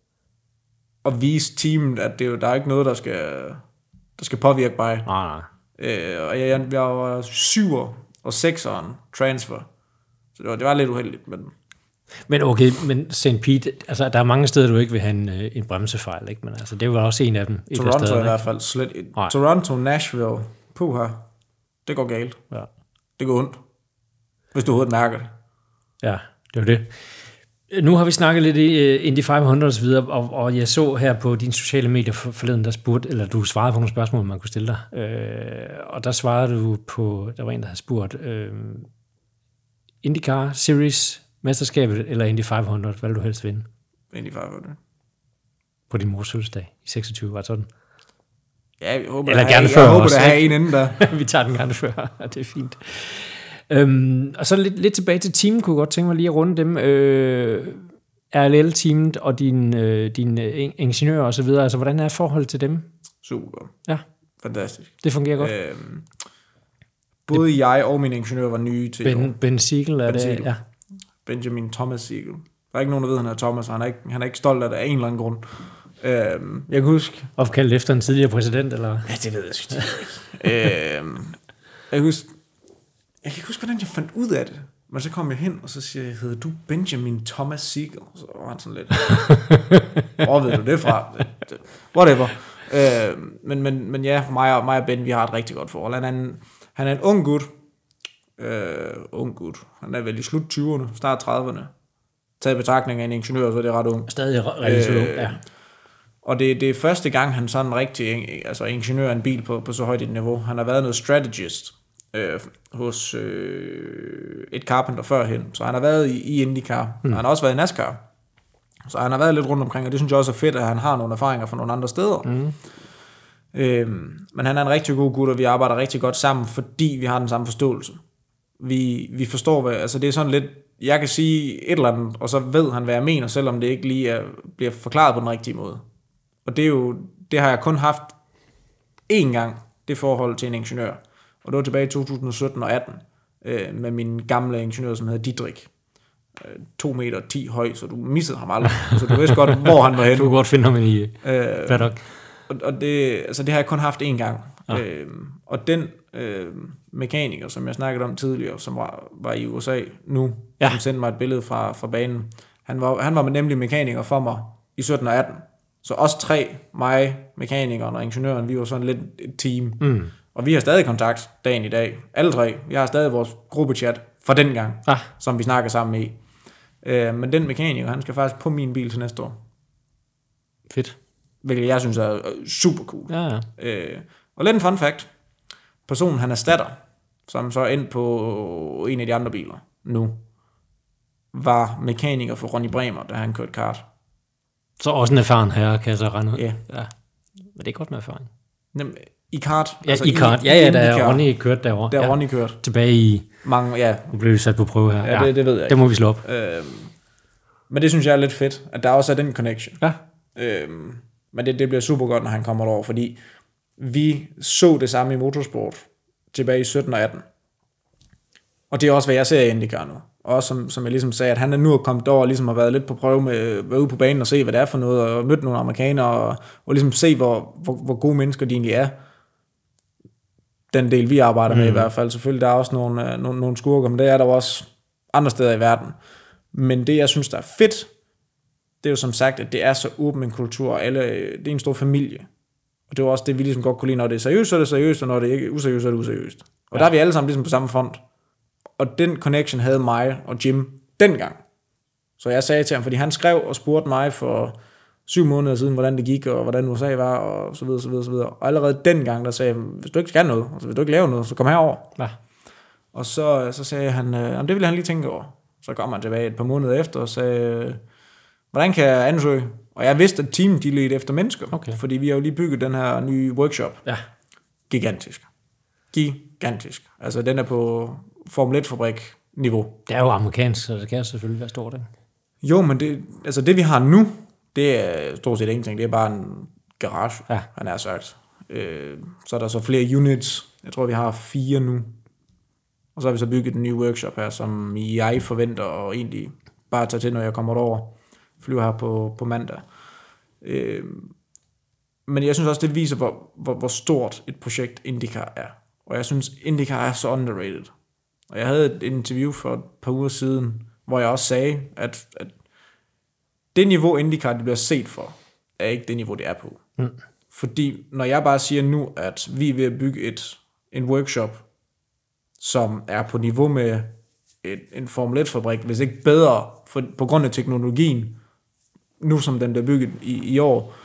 [SPEAKER 2] at vise teamet, at det, der er ikke noget, der skal, der skal påvirke mig.
[SPEAKER 3] Nej, nej.
[SPEAKER 2] Øh, og jeg, jeg var syver og sekseren transfer. Så det var, det var lidt uheldigt. Men,
[SPEAKER 3] men okay, men Saint Pete, altså der er mange steder, du ikke vil have en, en bremsefejl, ikke? Men altså, det var også en af dem.
[SPEAKER 2] Toronto
[SPEAKER 3] steder,
[SPEAKER 2] i hvert fald. Slet, Toronto, Nashville, puha, det går galt. Ja. Det går ondt, hvis du overhovedet mærker det.
[SPEAKER 3] Ja, det var det. Nu har vi snakket lidt i uh, Indy fem hundrede og så videre, og, og jeg så her på dine sociale medier for, forleden, der spurgte, eller du svarede på nogle spørgsmål, man kunne stille dig. Uh, og der svarede du på, der var en, der havde spurgt, uh, IndyCar Series mesterskabet eller Indy fem hundrede, hvad vil du helst vinde?
[SPEAKER 2] Indy fem hundrede.
[SPEAKER 3] På din mors fødselsdag i seksogtyve, var det sådan?
[SPEAKER 2] Ja, jeg håber,
[SPEAKER 3] eller
[SPEAKER 2] der
[SPEAKER 3] gerne
[SPEAKER 2] have,
[SPEAKER 3] før
[SPEAKER 2] jeg håber,
[SPEAKER 3] også,
[SPEAKER 2] der har en inden der.
[SPEAKER 3] Vi tager den gerne før, det er fint. Øhm, og så lidt, lidt tilbage til teamet, kunne jeg godt tænke mig lige at runde dem. Øh, R L L-teamet og dine øh, din, øh, ingeniører og så videre, altså hvordan er forholdet til dem?
[SPEAKER 2] Super.
[SPEAKER 3] Ja.
[SPEAKER 2] Fantastisk.
[SPEAKER 3] Det fungerer godt.
[SPEAKER 2] Øhm, både det, jeg og mine ingeniører var nye til
[SPEAKER 3] Ben, ben Siegel er
[SPEAKER 2] ben
[SPEAKER 3] det,
[SPEAKER 2] Siegel.
[SPEAKER 3] ja.
[SPEAKER 2] Benjamin Thomas Siegel. Der er ikke nogen, der ved, han er Thomas, han er ikke, han er ikke stolt af det af en eller anden grund. Øhm, jeg kan huske...
[SPEAKER 3] Opkaldt efter en tidligere præsident, eller?
[SPEAKER 2] Ja, det ved jeg sgu ikke. øhm, jeg kan huske... Jeg kan ikke huske, hvordan jeg fandt ud af det. Men så kom jeg hen, og så siger jeg, hedder du Benjamin Thomas Siegel? Så var han sådan lidt... Hvor ved du det fra? Whatever. Øh, men, men, men ja, mig og, mig og Ben, vi har et rigtig godt forhold. Han er en, han er en ung gut. Øh, ung gut. Han er vel i slut tyverne, start trediverne. Taget betragtning af en ingeniør, så er det ret ung.
[SPEAKER 3] Stadig rigtig ung, ja.
[SPEAKER 2] Og det, det er første gang, han sådan rigtig altså ingeniør en bil på, på så højt et niveau. Han har været noget strategist øh, hos øh, et Carpenter førhen. Så han har været i, i IndyCar. Mm. Han har også været i NASCAR. Så han har været lidt rundt omkring, og det synes jeg også er fedt, at han har nogle erfaringer fra nogle andre steder. Mm. Øhm, men han er en rigtig god gut, og vi arbejder rigtig godt sammen, fordi vi har den samme forståelse. Vi, vi forstår, hvad, altså det er sådan lidt, jeg kan sige et eller andet, og så ved han, hvad jeg mener, selvom det ikke lige er, bliver forklaret på den rigtige måde. Og det er jo, det har jeg kun haft én gang, det forhold til en ingeniør. Og det var tilbage i to tusind sytten og atten, øh, med min gamle ingeniør, som hedder Didrik. to meter ti høj, så du missede ham aldrig. Så du vidste godt, hvor han var henne.
[SPEAKER 3] Du kunne godt finde ham i øh, paddock.
[SPEAKER 2] Og, og det, altså det har jeg kun haft én gang. Ja. Øh, og den øh, mekaniker, som jeg snakkede om tidligere, som var, var i U S A nu,
[SPEAKER 3] ja.
[SPEAKER 2] som sendte mig et billede fra, fra banen. Han var, han var nemlig mekaniker for mig i sytten og atten. Så os tre, mig, mekanikeren og ingeniøren, vi var sådan lidt et team.
[SPEAKER 3] Mm.
[SPEAKER 2] Og vi har stadig kontakt dagen i dag. Alle tre. Vi har stadig vores gruppechat fra den gang,
[SPEAKER 3] ah.
[SPEAKER 2] som vi snakker sammen i. Øh, men den mekaniker, han skal faktisk på min bil til næste år.
[SPEAKER 3] Fedt.
[SPEAKER 2] Hvilket jeg synes er super cool.
[SPEAKER 3] Ja, ja.
[SPEAKER 2] Øh, og lidt en fun fact. Personen, han erstatter, som så er ind på en af de andre biler nu, var mekaniker for Ronny Bremer, da han kørte kart.
[SPEAKER 3] Så også en erfaren herre, kan jeg så regne ud.
[SPEAKER 2] Ja.
[SPEAKER 3] ja. Men det er godt med erfaring.
[SPEAKER 2] Nem, I kart.
[SPEAKER 3] Ja, altså i kart. Ja, ja, da Ronny kørte derovre.
[SPEAKER 2] Der
[SPEAKER 3] ja.
[SPEAKER 2] Ronny kørte.
[SPEAKER 3] Tilbage i...
[SPEAKER 2] Mange, ja.
[SPEAKER 3] Nu blev vi sat på prøve her.
[SPEAKER 2] Ja, ja. Det, det ved jeg
[SPEAKER 3] Det må vi slå op.
[SPEAKER 2] Øhm, men det synes jeg er lidt fedt, at der også er den connection.
[SPEAKER 3] Ja.
[SPEAKER 2] Øhm, men det, det bliver super godt, når han kommer over, fordi vi så det samme i motorsport tilbage i sytten og atten. Og det er også, hvad jeg ser i IndyCar nu. Og også som, som jeg ligesom sagde, at han er nu kommet over og ligesom har været lidt på prøve med, været ude på banen og se, hvad det er for noget, og mødt nogle amerikanere, og, og ligesom se, hvor, hvor, hvor gode mennesker de egentlig er. Den del, vi arbejder mm. med i hvert fald. Selvfølgelig, der er også nogle, nogle, nogle skurker, men det er der også andre steder i verden. Men det, jeg synes, der er fedt, det er jo som sagt, at det er så åben en kultur, og alle, det er en stor familie. Og det er også det, vi ligesom godt kunne lide, når det er seriøst, så er det seriøst, og når det ikke er useriøst, så er det useriøst. Og ja. Der er vi alle sammen ligesom på samme front. Og den connection havde mig og Jim dengang. Så jeg sagde til ham, fordi han skrev og spurgte mig for syv måneder siden, hvordan det gik, og hvordan U S A var, og så videre, så videre, så videre. Og allerede dengang, der sagde jeg, hvis du ikke skal noget, altså hvis du ikke laver noget, så kom herover.
[SPEAKER 3] Ja.
[SPEAKER 2] Og så, så sagde han, øh, det ville han lige tænke over. Så kom han tilbage et par måneder efter og sagde, hvordan kan jeg ansøge? Og jeg vidste, at teamet de ledte efter mennesker,
[SPEAKER 3] okay.
[SPEAKER 2] fordi vi har jo lige bygget den her nye workshop.
[SPEAKER 3] Ja.
[SPEAKER 2] Gigantisk. Gigantisk. Altså den er på Formel et-fabrik niveau.
[SPEAKER 3] Det er jo amerikansk, så det kan selvfølgelig være stort, ikke?
[SPEAKER 2] Jo, men det, altså det vi har nu, det er stort set ingenting. Det er bare en garage,
[SPEAKER 3] ja.
[SPEAKER 2] han har sagt. Øh, så er der så flere units. Jeg tror, vi har fire nu. Og så har vi så bygget en ny workshop her, som jeg forventer og egentlig bare tage til, når jeg kommer over. Flyver her på, på mandag. Øh, men jeg synes også, det viser, hvor, hvor, hvor stort et projekt IndyCar er. Og jeg synes, IndyCar er så underrated. Og jeg havde et interview for et par uger siden, hvor jeg også sagde, at, at det niveau IndyCar, det bliver set for, er ikke det niveau, det er på. Mm. Fordi når jeg bare siger nu, at vi er ved at bygge et, en workshop, som er på niveau med et, en Formel et-fabrik, hvis ikke bedre, for, på grund af teknologien, nu som den bliver bygget i, i år,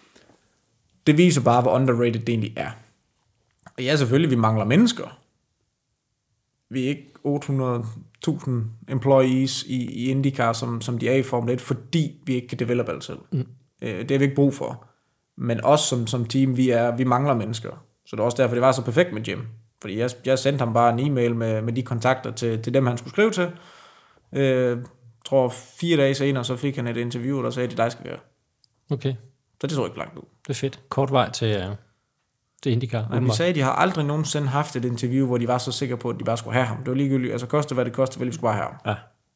[SPEAKER 2] det viser bare, hvor underrated det egentlig er. Og ja, selvfølgelig, vi mangler mennesker. Vi er ikke otte hundrede tusind employees i, i IndyCar, som, som de er i Formel et, fordi vi ikke kan develop alt selv. Mm. Øh, det har vi ikke brug for. Men os som, som team, vi, er, vi mangler mennesker. Så det er også derfor, det var så perfekt med Jim. Fordi jeg, jeg sendte ham bare en e-mail med, med de kontakter til, til dem, han skulle skrive til. Jeg øh, tror, fire dage senere, så fik han et interview, og der sagde, at det dig skal gøre.
[SPEAKER 3] Okay.
[SPEAKER 2] Så det så ikke langt ud.
[SPEAKER 3] Det er fedt. Kort vej til, uh, til IndyCar.
[SPEAKER 2] Nej, de sagde, at de har aldrig nogensinde haft et interview, hvor de var så sikre på, at de bare skulle have ham. Det var ligegyldigt. Altså, koste hvad det koster, vel, vi skulle bare have ham.
[SPEAKER 3] Ja.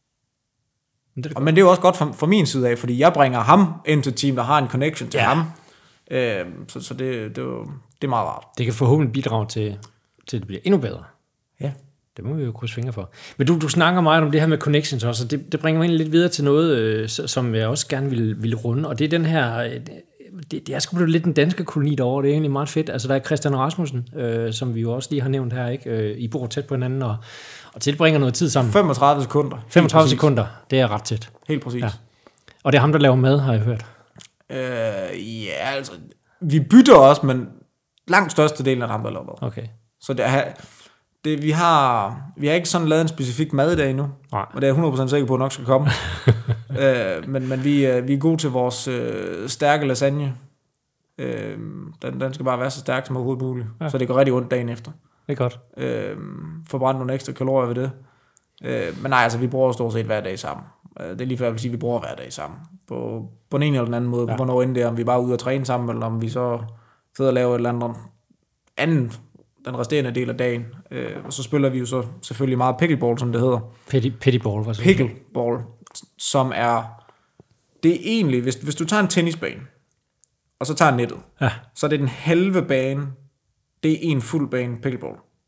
[SPEAKER 3] Men det, er
[SPEAKER 2] og, men det er jo også godt fra, fra min side af, fordi jeg bringer ham ind til team, der har en connection til ja. ham. Øh, så så det, det, er jo, det er meget rart.
[SPEAKER 3] Det kan forhåbentlig bidrage til, til at det bliver endnu bedre.
[SPEAKER 2] Ja.
[SPEAKER 3] Det må vi jo krydse fingre for. Men du, du snakker meget om det her med connections også, og det, det bringer mig lidt videre til noget, øh, som jeg også gerne vil, vil runde, og det er den her, øh, det, det er sgu blevet lidt den danske koloni derovre, det er egentlig meget fedt. Altså der er Christian Rasmussen, øh, som vi jo også lige har nævnt her, ikke? Øh, I bor tæt på hinanden, og, og tilbringer noget tid sammen.
[SPEAKER 2] femogtredive sekunder.
[SPEAKER 3] femogtredive sekunder, det er ret tæt.
[SPEAKER 2] Helt præcis. Ja.
[SPEAKER 3] Og det er ham, der laver mad, har jeg hørt.
[SPEAKER 2] Øh, ja, altså, vi bytter også, men langt størstedelen er ham, der laver mad.
[SPEAKER 3] Okay.
[SPEAKER 2] Så det er... Det, vi, har, vi har ikke sådan lavet en specifik mad i dag endnu,
[SPEAKER 3] Nej.
[SPEAKER 2] og det er jeg hundrede procent sikker på, at nok skal komme. øh, men men vi, vi er gode til vores øh, stærke lasagne. Øh, den, den skal bare være så stærk som overhovedet muligt, ja. Så det går rigtig ondt dagen efter.
[SPEAKER 3] Det er godt.
[SPEAKER 2] Øh, Forbrænde nogle ekstra kalorier ved det. Øh, men nej, altså vi bruger stort set hver dag sammen. Det er lige før jeg vil sige, at vi bruger hver dag sammen. På, på en eller den anden måde. Ja. Hvornår end det er, om vi bare er ude og træne sammen, eller om vi så sidder og laver et eller andet andet den resterende del af dagen. Øh, og så spiller vi jo så selvfølgelig meget pickleball, som det hedder.
[SPEAKER 3] Petty, pettyball, hvad så?
[SPEAKER 2] Pickleball, som er, det er egentlig, hvis, hvis du tager en tennisbane, og så tager nettet,
[SPEAKER 3] ja.
[SPEAKER 2] Så er det den halve bane, det er en fuld bane pickleball.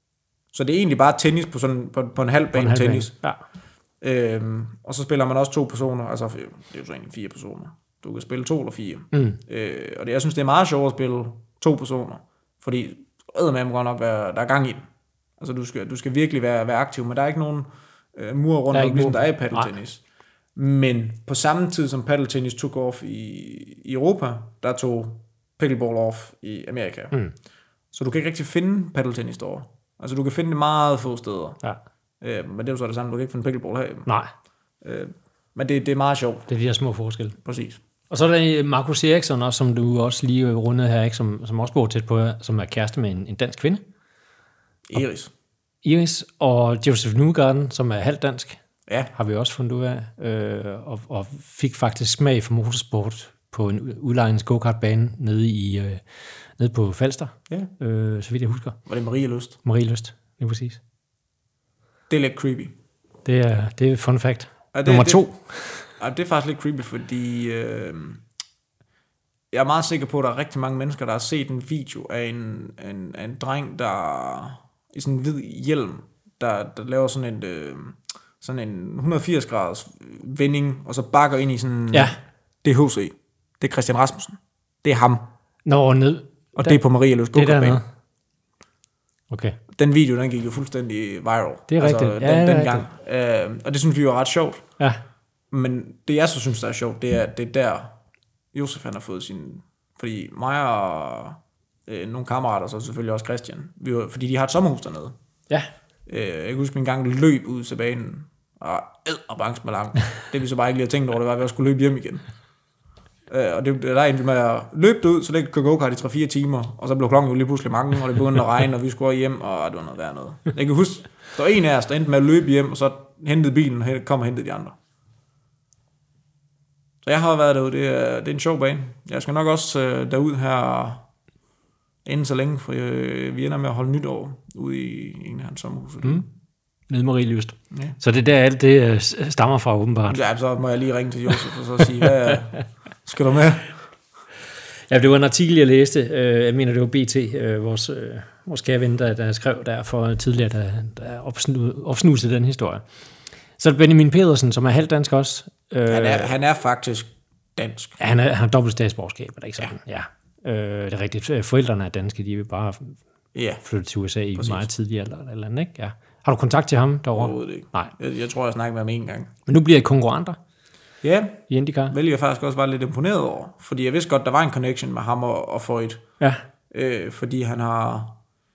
[SPEAKER 2] Så det er egentlig bare tennis på, sådan, på, på en halv bane tennis.
[SPEAKER 3] Ja.
[SPEAKER 2] Øhm, og så spiller man også to personer, altså det er jo så egentlig fire personer. Du kan spille to eller fire.
[SPEAKER 3] Mm.
[SPEAKER 2] Øh, og det, jeg synes, det er meget sjovt at spille to personer, fordi eddermame godt nok være, der er gang i den. Altså du skal, du skal virkelig være, være aktiv, men der er ikke nogen øh, mur rundt om, ligesom der er i paddeltennis. Men på samme tid som paddeltennis tog off i, i Europa, der tog pickleball off i Amerika.
[SPEAKER 3] Mm.
[SPEAKER 2] Så du kan ikke rigtig finde paddeltennis derovre. Altså du kan finde det meget få steder.
[SPEAKER 3] Ja.
[SPEAKER 2] Øh, men det er jo så det samme, du kan ikke finde pickleball her.
[SPEAKER 3] Nej.
[SPEAKER 2] Øh, men det, det er meget sjovt.
[SPEAKER 3] Det er de her små forskelle.
[SPEAKER 2] Præcis.
[SPEAKER 3] Og så er der Markus Eriksson, også, som du også lige rundede her, ikke? Som, som også bor tæt på, som er kæreste med en, en dansk kvinde.
[SPEAKER 2] Iris.
[SPEAKER 3] Og, Iris og Joseph Newgarden, som er halvt dansk,
[SPEAKER 2] ja.
[SPEAKER 3] har vi også fundet ud af. Øh, og, og fik faktisk smag for motorsport på en udlejnings go-kart-bane nede, i, øh, nede på Falster,
[SPEAKER 2] ja.
[SPEAKER 3] øh, så vidt jeg husker.
[SPEAKER 2] Var det Marie Lyst?
[SPEAKER 3] Marie Lyst, lige præcis.
[SPEAKER 2] Det er lidt creepy.
[SPEAKER 3] Det er, det er fun fact.
[SPEAKER 2] Ja, det,
[SPEAKER 3] Nummer
[SPEAKER 2] det,
[SPEAKER 3] to.
[SPEAKER 2] Ja, det er faktisk lidt creepy, fordi øh, jeg er meget sikker på, at der er rigtig mange mennesker, der har set en video af en, en, en dreng, der i sådan en hvid hjelm, der, der laver sådan en, øh, sådan en et hundrede og firs graders vending, og så bakker ind i sådan...
[SPEAKER 3] Ja.
[SPEAKER 2] Det er H C. Det er Christian Rasmussen. Det er ham.
[SPEAKER 3] Nå, ned.
[SPEAKER 2] Og der, det er på Marie Løs go-kart-bane.
[SPEAKER 3] Okay.
[SPEAKER 2] Den video, den gik jo fuldstændig viral.
[SPEAKER 3] Det er
[SPEAKER 2] altså,
[SPEAKER 3] rigtigt.
[SPEAKER 2] Den,
[SPEAKER 3] Ja, det er
[SPEAKER 2] den gang. Øh, og det synes vi jo er ret sjovt.
[SPEAKER 3] Ja.
[SPEAKER 2] Men det jeg så synes, der er sjovt, det er, det er der, Josef han har fået sin... Fordi mig og øh, nogle kammerater, så selvfølgelig også Christian, vi var, fordi de har et sommerhus dernede.
[SPEAKER 3] Ja.
[SPEAKER 2] Øh, jeg kan huske, min gang løb ud til banen, og æd og banks med langt. Det vi så bare ikke lige havde tænkt over, det var, at vi skulle løbe hjem igen. Øh, og det, der endte med at løbe ud, så det kunne gå-kart i tre fire timer, og så blev klokken jo lige pludselig mange, og det begyndte at regne, og vi skulle hjem, og det var noget værd noget. Jeg kan huske, der var en af os, der endte med at løbe hjem, og så hentede bilen, og kom og hentede de andre. Så jeg har været derude, det er, det er en sjov bane. Jeg skal nok også øh, derud her inden så længe, for øh, vi ender med at holde nytår ude i en af hans sommerhus.
[SPEAKER 3] Mm. Nede Marie Lyst.
[SPEAKER 2] Ja.
[SPEAKER 3] Så det er der alt det øh, stammer fra åbenbart.
[SPEAKER 2] Ja, så må jeg lige ringe til Josef og så sige, hvad skal du med?
[SPEAKER 3] Ja, det var en artikel, jeg læste. Jeg mener, det var B T, vores, vores kære ven, der, der skrev der for tidligere, der, der opsnusede den historie. Så er det Benjamin Pedersen, som er halvt dansk også.
[SPEAKER 2] Han er, han er faktisk dansk.
[SPEAKER 3] Ja, han, er, han har dobbelt statsborgerskab, er det ikke sådan? Ja. ja. Øh, det er rigtigt. Forældrene er danske, de vil bare
[SPEAKER 2] ja.
[SPEAKER 3] flytte til U S A i
[SPEAKER 2] Præcis.
[SPEAKER 3] meget tidligere eller, eller andet, ikke? Ja. Har du kontakt til ham derovre?
[SPEAKER 2] Overhovedet ikke.
[SPEAKER 3] Nej.
[SPEAKER 2] Jeg, jeg tror, jeg snakker med ham en gang.
[SPEAKER 3] Men nu bliver I konkurrenter?
[SPEAKER 2] Ja,
[SPEAKER 3] i IndyCar.
[SPEAKER 2] Hvilket jeg faktisk også var lidt imponeret over, fordi jeg vidste godt, der var en connection med ham og, og Foyt.
[SPEAKER 3] Ja.
[SPEAKER 2] Øh, fordi han har,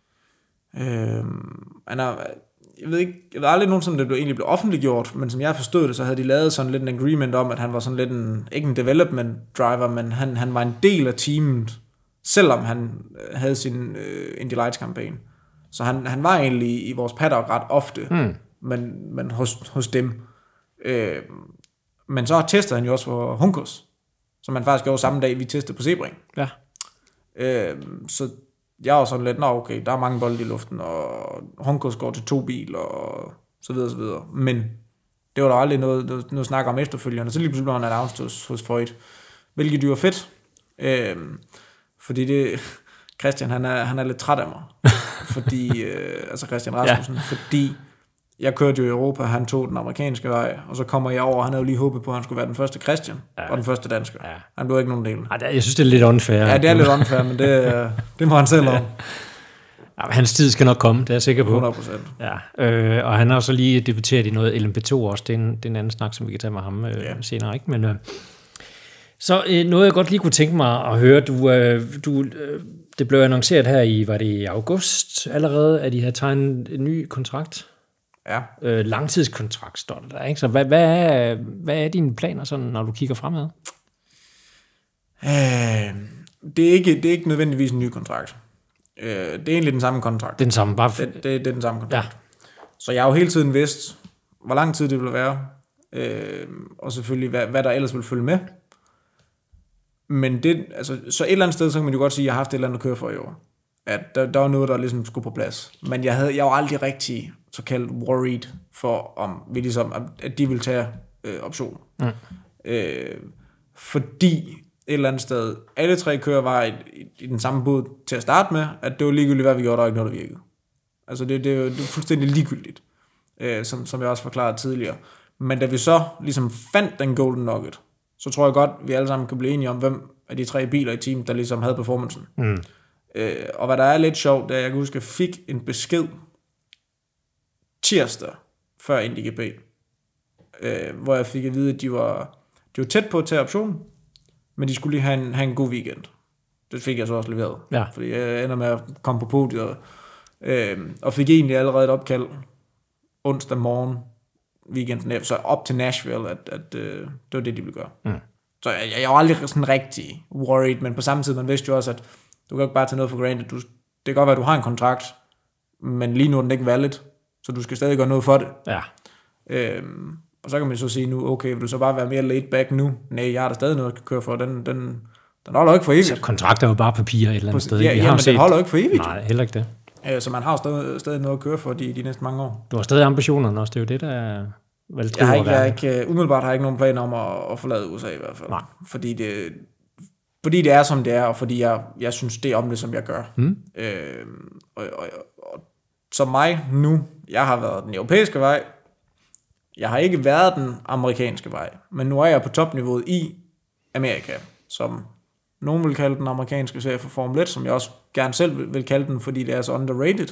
[SPEAKER 2] øh, han har, jeg ved ikke, jeg ved aldrig nogen, som det blev, egentlig blev offentliggjort, men som jeg forstod det, så havde de lavet sådan lidt en agreement om, at han var sådan lidt en, ikke en development driver, men han, han var en del af teamet, selvom han havde sin øh, Indy Lights kampagne. Så han, han var egentlig i vores paddock ret ofte, mm. men, men hos, hos dem. Øh, Men så testede han jo også for Hunkers, som han faktisk gjorde samme dag, vi testede på Sebring.
[SPEAKER 3] Ja.
[SPEAKER 2] Øh, så jeg var sådan lidt, nå okay, der er mange bolde i luften, og Hunkers går til to bil, og så videre, så videre. Men det var der aldrig noget, noget, noget snak om efterfølgende. Så lige pludselig blev han announced hos, hos Foyt, hvilket jo er fedt. Øh, fordi det, Christian, han er, han er lidt træt af mig. fordi, øh, altså Christian Rasmussen, ja. fordi jeg kørte jo i Europa, han tog den amerikanske vej, og så kommer jeg over, og han havde jo lige håbet på, at han skulle være den første Christian, ja. og den første dansker. Ja. Han blev ikke nogen del.
[SPEAKER 3] Ej, jeg synes, det er lidt unfair.
[SPEAKER 2] Ja, det er lidt unfair, men det, det må han selv om.
[SPEAKER 3] Ja, hans tid skal nok komme, det er jeg sikker på.
[SPEAKER 2] hundrede procent.
[SPEAKER 3] Ja, øh, og han har også lige debuteret i noget L M P to også, det er en, det er en anden snak, som vi kan tage med ham øh, ja. senere, ikke? Men, øh, så øh, noget, jeg godt lige kunne tænke mig at høre, du, øh, du, øh, det blev annonceret her i, var det i august allerede, at I havde tegnet en ny kontrakt?
[SPEAKER 2] Ja.
[SPEAKER 3] Øh, langtidskontrakt står der, ikke? Så hvad, hvad, er, hvad er dine planer, sådan, når du kigger fremad?
[SPEAKER 2] Øh, det, er ikke, det er ikke nødvendigvis en ny kontrakt. Øh, det er egentlig den samme kontrakt.
[SPEAKER 3] Den samme, bare...
[SPEAKER 2] Det, det, det er den samme kontrakt.
[SPEAKER 3] Ja.
[SPEAKER 2] Så jeg har jo hele tiden vidst, hvor lang tid det ville være, øh, og selvfølgelig, hvad, hvad der ellers ville følge med. Men det, altså, så et eller andet sted, så kan man jo godt sige, at jeg har haft et eller andet at køre for i år. At der, der var noget, der ligesom skulle på plads. Men jeg, havde, jeg var aldrig rigtig såkaldt worried for, om vi ligesom, at de ville tage øh, optionen. Mm. Øh, fordi et eller andet sted, alle tre kører var i, i, i den samme båd til at starte med, at det var ligegyldigt, hvad vi gjorde, der var ikke noget, der virkede. Altså det, det, er, det er fuldstændig ligegyldigt, øh, som, som jeg også forklarede tidligere. Men da vi så ligesom fandt den golden nugget, så tror jeg godt, vi alle sammen kan blive enige om, hvem af de tre biler i team, der ligesom havde performancen. Mm. Øh, og hvad der er lidt sjovt, det er, at jeg kan huske, at jeg fik en besked tirsdag før Indy G P, øh, hvor jeg fik at vide, at de var, de var tæt på at tage optionen, men de skulle lige have en, have en god weekend. Det fik jeg så også leveret, ja. Fordi jeg ender med at komme på podiet, øh, og fik egentlig allerede et opkald onsdag morgen, weekenden efter, så op til Nashville, at, at øh, det var det, de ville gøre. Mm. Så jeg, jeg var aldrig sådan rigtig worried, men på samme tid, man vidste jo også, at du kan ikke bare tage noget for granted. Du, det kan godt være, at du har en kontrakt, men lige nu er den ikke valid, så du skal stadig gøre noget for det. Ja. Øhm, og så kan man så sige nu, okay, vil du så bare være mere laid back nu? Nej, jeg har da stadig noget at køre for, den, den, den holder jo ikke for evigt.
[SPEAKER 3] Så kontrakter er jo bare papir et eller andet sted.
[SPEAKER 2] Ja, ja men set... den holder jo ikke for evigt.
[SPEAKER 3] Nej, heller ikke det.
[SPEAKER 2] Øh, så man har stadig, stadig noget at køre for de, de næste mange år.
[SPEAKER 3] Du har stadig ambitionerne også, det er jo det, der er vel
[SPEAKER 2] jeg har ikke, jeg ikke, umiddelbart har jeg ikke nogen planer om at, at forlade U S A i hvert fald.
[SPEAKER 3] Nej.
[SPEAKER 2] Fordi det, fordi det er, som det er, og fordi jeg, jeg synes, det er om det, som jeg gør. Mm. Øh, og, og, og som mig nu, jeg har været den europæiske vej, jeg har ikke været den amerikanske vej, men nu er jeg på topniveauet i Amerika, som nogen vil kalde den amerikanske serie for Formel et, som jeg også gerne selv vil kalde den, fordi det er så underrated.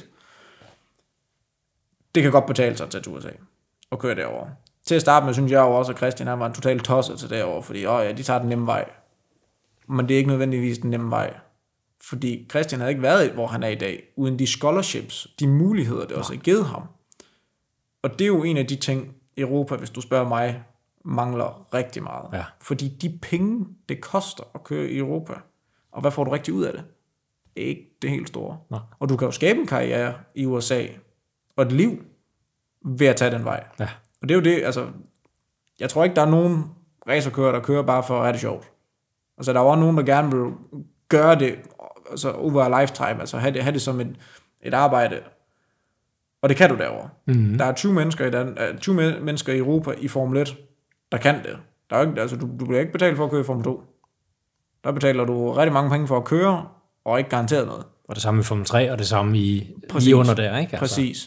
[SPEAKER 2] Det kan godt betale sig at tage til U S A og køre derover. Til at starte med, synes jeg jo også, at Christian han var en totalt tosset til derover, fordi åh ja, de tager den nemme vej. Men det er ikke nødvendigvis den nemme vej. Fordi Christian havde ikke været, hvor han er i dag, uden de scholarships, de muligheder, det også er givet ham. Og det er jo en af de ting, Europa, hvis du spørger mig, mangler rigtig meget. Ja. Fordi de penge, det koster at køre i Europa, og hvad får du rigtig ud af det? Det er ikke det helt store. Nej. Og du kan jo skabe en karriere i U S A, og et liv, ved at tage den vej. Ja. Og det er jo det, altså, jeg tror ikke, der er nogen racerkører, der kører bare for at have det sjovt. Altså, der er også nogen, der gerne vil gøre det, altså over a lifetime, altså have det, have det som et, et arbejde. Og det kan du derovre. Mm-hmm. Der er tyve mennesker i, den, tyve mennesker i Europa i Formel et, der kan det. Der er ikke, altså, du, du bliver ikke betalt for at køre i Formel to. Der betaler du rigtig mange penge for at køre, og ikke garanteret noget.
[SPEAKER 3] Og det samme i Formel tre, og det samme i lige under der, ikke? Altså.
[SPEAKER 2] Præcis.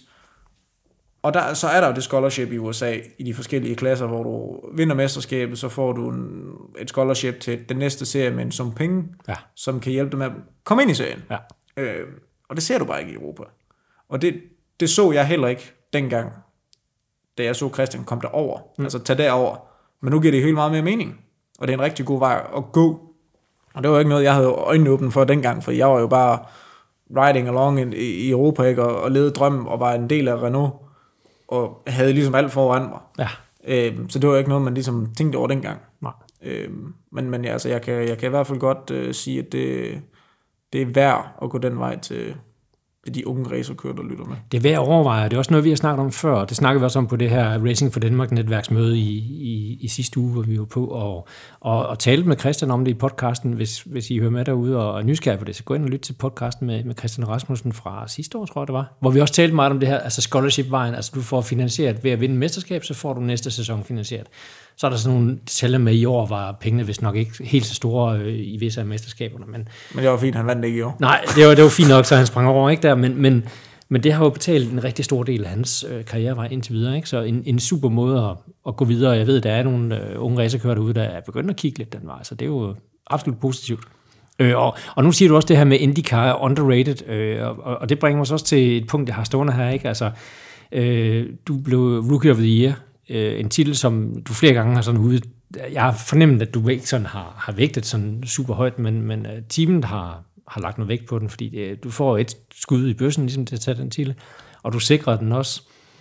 [SPEAKER 2] Og der, så er der jo det scholarship i U S A, i de forskellige klasser, hvor du vinder mesterskabet, så får du en, et scholarship til den næste serie med en sum penge, ja. Som kan hjælpe dig med at komme ind i serien. Ja. Øh, og det ser du bare ikke i Europa. Og det, det så jeg heller ikke dengang, da jeg så Christian komme derover. Mm. Altså tage derover. Men nu giver det helt meget mere mening. Og det er en rigtig god vej at gå. Og det var ikke noget, jeg havde øjnene åbne for dengang, for jeg var jo bare riding along i, i Europa, ikke? Og, og levede drømmen og var en del af Renault. Og havde ligesom alt foran mig. Ja. Øhm, så det var ikke noget, man ligesom tænkte over dengang. Nej. Øhm, men men ja, altså, jeg, kan, jeg kan i hvert fald godt øh, sige, at det, det er værd at gå den vej til, til de unge racerkører, der lytter med.
[SPEAKER 3] Det er værd at overveje. Det er også noget, vi har snakket om før. Det snakkede vi også om på det her Racing for Danmark-netværksmøde i, i, i sidste uge, hvor vi var på og, og, og talte med Christian om det i podcasten. Hvis, hvis I hører med derude og er nysgerrige på det, så gå ind og lyt til podcasten med, med Christian Rasmussen fra sidste år, tror jeg det var. Hvor vi også talte meget om det her, altså scholarship-vejen. Altså du får finansieret ved at vinde mesterskab, så får du næste sæson finansieret. Så er der sådan nogle detaljer med, i år var pengene vist nok ikke helt så store øh, i visse af mesterskaberne. Men,
[SPEAKER 2] men det var fint, han vandt ikke i år.
[SPEAKER 3] Nej, det var, det var fint nok, så han sprang over, ikke der, men, men, men det har jo betalt en rigtig stor del af hans øh, karrierevej indtil videre, ikke? Så en, en super måde at, at gå videre. Jeg ved, der er nogle øh, unge racerkører derude, der er begyndt at kigge lidt den vej, så det er jo absolut positivt. Øh, og, og nu siger du også det her med IndyCar er underrated, øh, og, og det bringer os også til et punkt, jeg har stående her, ikke? Altså, øh, du blev Rookie of the Year, øh, en titel, som du flere gange har sådan ude. Jeg har fornemmet, at du ikke sådan har, har vægtet sådan super højt, men, men uh, teamet har, har lagt noget vægt på den, fordi det, du får et skud i bøssen ligesom til at tage den titel, og du sikrer den også.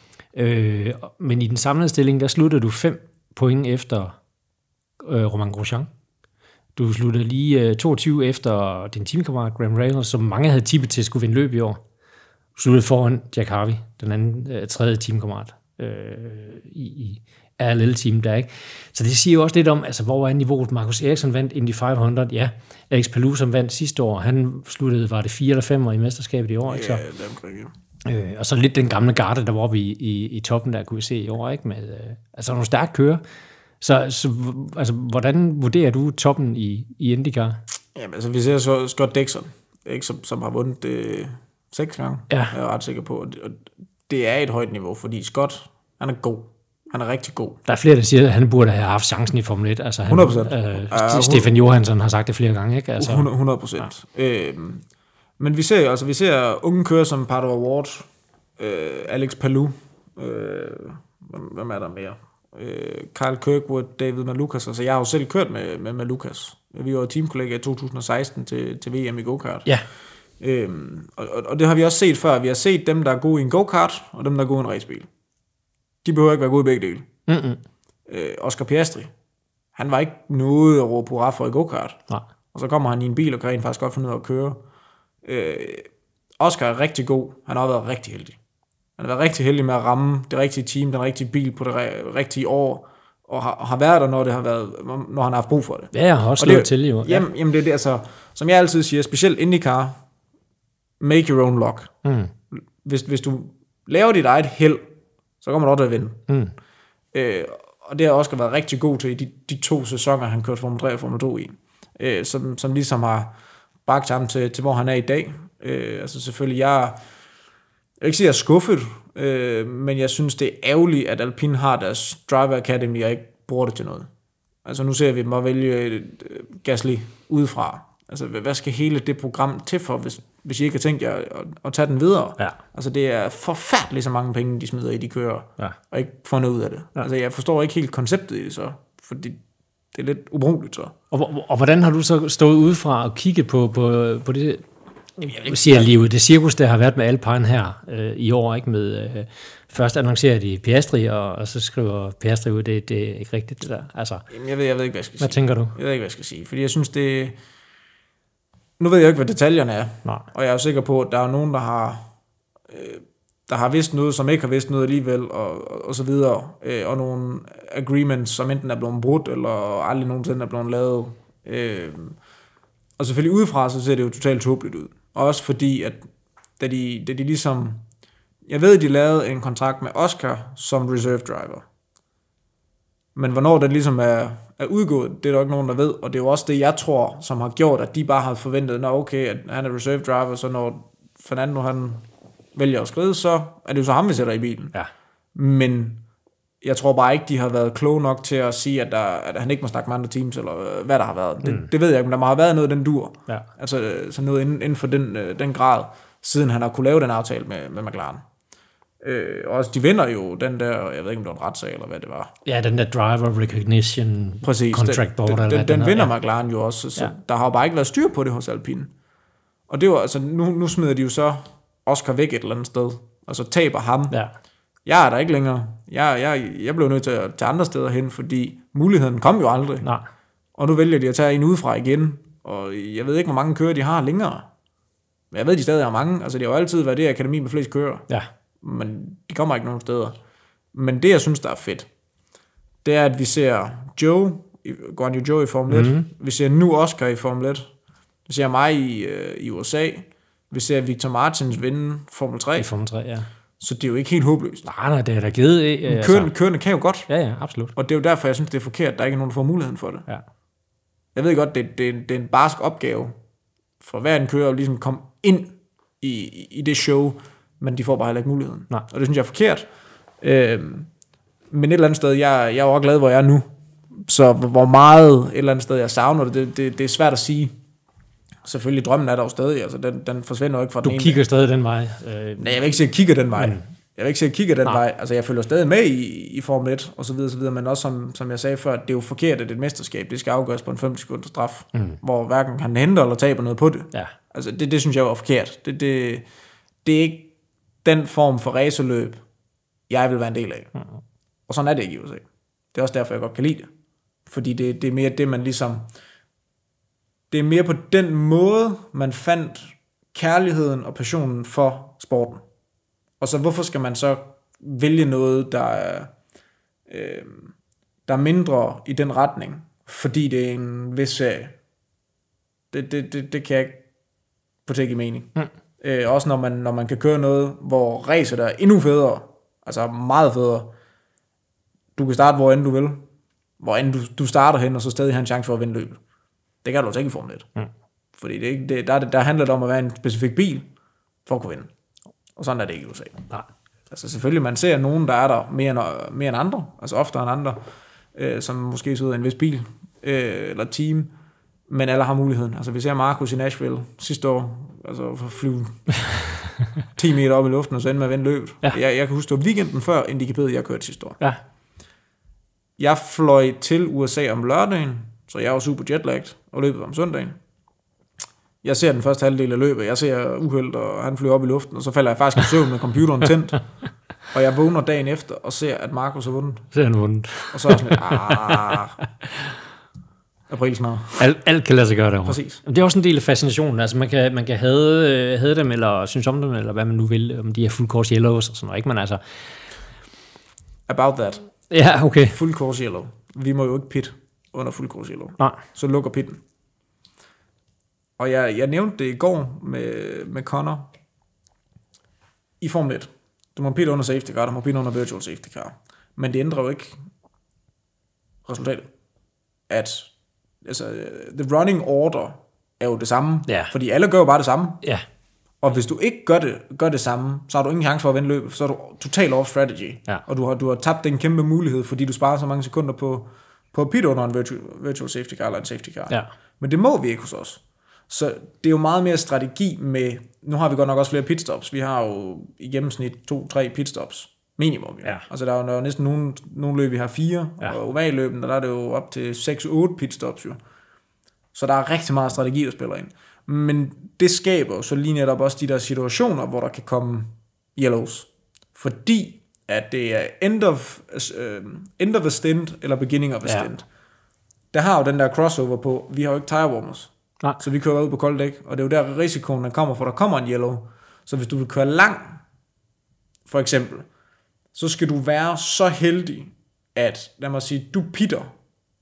[SPEAKER 3] Øh, men i den samlede stilling, der sluttede du fem point efter øh, Romain Grosjean. Du sluttede lige øh, toogtyve efter din teamkammerat Graham Rahal, som mange havde tippet til at skulle vinde løb i år. Du sluttede foran Jack Harvey, den anden øh, tredje teamkammerat øh, i, i R L L-team der, ikke? Så det siger jo også lidt om, altså, hvor er niveauet. Marcus Ericsson vandt Indy fem hundrede, ja. Alex Palou, som vandt sidste år, han sluttede, var det fire eller fem i mesterskabet i år, ikke så?
[SPEAKER 2] Ja, det er omkring,
[SPEAKER 3] ja. Øh, og så lidt den gamle garde, der var oppe i, i, i toppen, der kunne vi se i år, ikke? Med, øh, altså nogle stærke kører. Så, så altså, hvordan vurderer du toppen i, i IndyCar?
[SPEAKER 2] Jamen, altså, vi ser så Scott Dixon, ikke, som, som har vundet øh, Seks gange,
[SPEAKER 3] ja.
[SPEAKER 2] jeg er ret sikker på. Og det er et højt niveau, fordi Scott, han er god. Han er rigtig god.
[SPEAKER 3] Der er flere, der siger, at han burde have haft chancen i Formel et. Altså, han,
[SPEAKER 2] hundrede procent.
[SPEAKER 3] Øh, Stefan Johansson har sagt det flere gange, ikke? Altså,
[SPEAKER 2] hundrede procent. Ja. Øhm, men vi ser altså, vi ser unge kører som Pato Award, øh, Alex Palou, øh, hvem er der mere? Øh, Carl Kirkwood, David Malukas. Altså, jeg har jo selv kørt med, med Malukas. Vi var teamkollega i to tusind og seksten til, til V M i go-kart.
[SPEAKER 3] Ja.
[SPEAKER 2] Øhm, og, og det har vi også set før. Vi har set dem, der er gode i en go-kart, og dem, der er gode i en racebil. De behøver ikke være gode i begge dele.
[SPEAKER 3] Mm-mm.
[SPEAKER 2] Øh, Oscar Piastri, han var ikke noget at råbe hurra for i go-kart.
[SPEAKER 3] Nej.
[SPEAKER 2] Og så kommer han i en bil, og kan faktisk godt finde ud af at køre. Øh, Oscar er rigtig god. Han har været rigtig heldig. Han har været rigtig heldig med at ramme det rigtige team, den rigtige bil på det rigtige år, og har, har været der, når det har været, når han har haft brug for det.
[SPEAKER 3] Ja, jeg har også slået til, jo. Ja.
[SPEAKER 2] Jamen, jamen det er det, altså, som jeg altid siger, specielt IndyCar, make your own luck.
[SPEAKER 3] Mm.
[SPEAKER 2] Hvis, hvis du laver dit eget held, så kommer du også til at vinde.
[SPEAKER 3] Mm.
[SPEAKER 2] Øh, og det har Oscar været rigtig god til i de, de to sæsoner, han kørte Formel tre og Formel to i, øh, som, som ligesom har bragt ham til, til, hvor han er i dag. Øh, altså selvfølgelig, jeg, jeg vil ikke sige, at jeg er skuffet, øh, men jeg synes, det er ærgerligt, at Alpine har deres Driver Academy og ikke bruger det til noget. Altså nu ser vi dem at vælge Gasly udefra. Altså hvad skal hele det program til for, hvis, hvis I ikke har tænkt jer at, at tage den videre?
[SPEAKER 3] Ja.
[SPEAKER 2] Altså det er forfærdeligt så mange penge, de smider i, de kører,
[SPEAKER 3] ja.
[SPEAKER 2] og ikke får noget ud af det. Ja. Altså jeg forstår ikke helt konceptet i det så, fordi det er lidt ubrugeligt så.
[SPEAKER 3] Og, og, og hvordan har du så stået udefra og kigget på, på, på det, jeg siger lige det cirkus, der har været med Alpine her øh, i år, ikke med, øh, først annoncerer de Piastri, og, og så skriver Piastri ud, det, det er ikke rigtigt det der. Altså,
[SPEAKER 2] Jamen, jeg ved, jeg ved ikke, hvad jeg skal
[SPEAKER 3] hvad
[SPEAKER 2] sige.
[SPEAKER 3] tænker du?
[SPEAKER 2] Jeg ved ikke, hvad jeg skal sige, fordi jeg synes, det... Nu ved jeg ikke, hvad detaljerne er,
[SPEAKER 3] Nej.
[SPEAKER 2] og jeg er jo sikker på, at der er nogen, der har, øh, der har vidst noget, som ikke har vidst noget alligevel, og, og, og så videre, øh, og nogle agreements, som enten er blevet brudt, eller aldrig nogensinde er blevet lavet. Øh, og selvfølgelig udefra, så ser det jo totalt tåbeligt ud. Også fordi, at da de, da de ligesom... Jeg ved, at de lavede en kontrakt med Oscar som reserve driver. Men hvornår den ligesom er, er udgået, det er der ikke nogen, der ved. Og det er jo også det, jeg tror, som har gjort, at de bare har forventet, når okay, at han er reserve driver, så når Fernando han vælger at skride, så er det jo så ham, vi sætter i bilen.
[SPEAKER 3] Ja.
[SPEAKER 2] Men jeg tror bare ikke, de har været kloge nok til at sige, at, der, at han ikke må snakke med andre teams, eller hvad der har været. Det, mm. det ved jeg ikke, men der må have været noget, den dur.
[SPEAKER 3] Ja.
[SPEAKER 2] Altså så noget inden, inden for den, den grad, siden han har kunne lave den aftale med, med McLaren. Øh, og også, de vinder jo den der, jeg ved ikke, om det var en retssag, eller hvad det var.
[SPEAKER 3] Ja, den der driver recognition
[SPEAKER 2] Præcis,
[SPEAKER 3] contract board.
[SPEAKER 2] Den, den,
[SPEAKER 3] eller
[SPEAKER 2] den,
[SPEAKER 3] den,
[SPEAKER 2] den vinder
[SPEAKER 3] ja.
[SPEAKER 2] McLaren jo også, så
[SPEAKER 3] ja.
[SPEAKER 2] der har jo bare ikke været styr på det hos Alpine. Og det var, altså, nu, nu smider de jo så Oscar væk et eller andet sted, og så taber ham.
[SPEAKER 3] Ja.
[SPEAKER 2] Jeg er der ikke længere. Jeg, jeg, jeg blev nødt til at tage andre steder hen, fordi muligheden kom jo aldrig.
[SPEAKER 3] Nej.
[SPEAKER 2] Og nu vælger de at tage en udefra igen, og jeg ved ikke, hvor mange kører de har længere. Men jeg ved, de stadig har mange. Altså, det har jo altid været det akademi med flest kører.
[SPEAKER 3] Ja.
[SPEAKER 2] Men de kommer ikke nogen steder. Men det, jeg synes, der er fedt, det er, at vi ser Joe, Guan Yu Zhou i Formel et. Mm-hmm. Vi ser nu Oscar i Formel et. Vi ser mig i, øh, i U S A. Vi ser Victor Martins vinde Formel tre.
[SPEAKER 3] I Formel tre, ja.
[SPEAKER 2] Så det er jo ikke helt håbløst.
[SPEAKER 3] Nej, nej, det er da givet. Øh,
[SPEAKER 2] altså. Kørende, kørende kan jo godt.
[SPEAKER 3] Ja, ja, absolut.
[SPEAKER 2] Og det er jo derfor, jeg synes, det er forkert, at der ikke er nogen, der får muligheden for det.
[SPEAKER 3] Ja.
[SPEAKER 2] Jeg ved godt, det, det, det er en barsk opgave for hver en kører at ligesom komme ind i, i det show, men de får bare heller ikke muligheden.
[SPEAKER 3] Nej.
[SPEAKER 2] Og det synes jeg er forkert. Øhm, men et eller andet sted, jeg, jeg er også glad, hvor jeg er nu. Så hvor meget et eller andet sted, jeg savner det, det, det, det er svært at sige. Selvfølgelig, drømmen er der jo stadig. Altså, den, den forsvinder jo ikke fra
[SPEAKER 3] du
[SPEAKER 2] den ene.
[SPEAKER 3] Du kigger stadig den vej.
[SPEAKER 2] Øh, Nej, jeg vil ikke sige, at jeg kigger den vej. Men, jeg vil ikke sige, at jeg kigger den nej. vej. Altså, jeg følger stadig med i, i Formel et, og så videre, så videre. Men også, som, som jeg sagde før, det er jo forkert, at et mesterskab, det skal afgøres på en fem sekunder straf, mm. hvor hverken han henter eller taber noget på det.
[SPEAKER 3] Ja.
[SPEAKER 2] Altså, det, det synes jeg var forkert. Det, det, det er ikke den form for racerløb, jeg vil være en del af. Mm. Og sådan er det ikke i U S A. Det er også derfor, jeg godt kan lide det. Fordi det, det er mere det, man ligesom... Det er mere på den måde, man fandt kærligheden og passionen for sporten. Og så hvorfor skal man så vælge noget, der er, øh, der er mindre i den retning, fordi det er en vis serie? Det, det, det, det kan jeg ikke på tænke i mening. Mm. Øh, også når man, når man kan køre noget, hvor racet er endnu federe, altså meget federe. Du kan starte hvor end du vil, hvor end du, du starter hen, og så stadig har en chance for at vinde løbet. Det kan du også ikke i Formel et. Mm. Fordi det, det, der, der handler det om at være en specifik bil, for at kunne vinde. Og sådan er det ikke i U S A.
[SPEAKER 3] Nej.
[SPEAKER 2] Altså selvfølgelig, man ser nogen, der er der mere end, mere end andre, altså oftere end andre, øh, som måske sidder i en vis bil øh, eller team, men alle har muligheden. Altså vi ser Marcus i Nashville sidste år, altså for at flyve ti meter op i luften og så ende med at vinde løbet. Ja. Jeg, jeg kan huske, det var weekenden før Indy G P'et, jeg kørte sidste år.
[SPEAKER 3] Ja.
[SPEAKER 2] Jeg fløj til U S A om lørdagen, så jeg var super jetlagget, og løbet om søndagen. Jeg ser den første halvdel af løbet, jeg ser uheld, og han flyver op i luften, og så falder jeg faktisk i søvn med computeren tændt. Og jeg vågner dagen efter og ser, at Marcus har vundet.
[SPEAKER 3] Så han vundet.
[SPEAKER 2] Og så er jeg sådan lidt, ah, april snart.
[SPEAKER 3] Alt, alt kan lade sig gøre derovre.
[SPEAKER 2] Præcis.
[SPEAKER 3] Det er også en del af fascinationen. Altså man kan, man kan hade, hade dem, eller synes om dem, eller hvad man nu vil, om de her full course yellows og sådan noget, ikke? Men altså...
[SPEAKER 2] About that.
[SPEAKER 3] Ja, okay.
[SPEAKER 2] Full course yellow. Vi må jo ikke pit under full course yellow.
[SPEAKER 3] Nej.
[SPEAKER 2] Så lukker pitten. Og jeg, jeg nævnte det i går med, med Connor. I Formel et. Du må pitte under safety car, du må pitte under virtual safety car. Men det ændrer jo ikke resultatet. At altså, the running order er jo det samme.
[SPEAKER 3] Ja.
[SPEAKER 2] Fordi alle gør jo bare det samme.
[SPEAKER 3] Ja.
[SPEAKER 2] Og hvis du ikke gør det, gør det samme, så har du ingen chance for at vinde løbet. Så er du totalt off strategy.
[SPEAKER 3] Ja.
[SPEAKER 2] Og du har, du har tabt den kæmpe mulighed, fordi du sparer så mange sekunder på, på at pitte under en virtual, virtual safety car eller en safety car.
[SPEAKER 3] Ja.
[SPEAKER 2] Men det må vi ikke hos os. Så det er jo meget mere strategi med, nu har vi godt nok også flere pitstops, vi har jo i gennemsnit to-tre pitstops, minimum. Jo.
[SPEAKER 3] Ja.
[SPEAKER 2] Altså der er jo, der er jo næsten nogle, nogle løb, vi har fire, ja. Og ovalløben, der er det jo op til seks-otte pitstops jo. Så der er rigtig meget strategi, der spiller ind. Men det skaber så lige netop også de der situationer, hvor der kan komme yellows. Fordi at det er end of, uh, end of a stint, eller beginning of a stint. Ja. Der har jo den der crossover på, vi har jo ikke tire warmers. Nej. Så vi kører ud på koldt dæk, og det er jo der risikoen, der kommer, for der kommer en yellow. Så hvis du vil køre lang, for eksempel, så skal du være så heldig, at, lad mig sige, du pitter,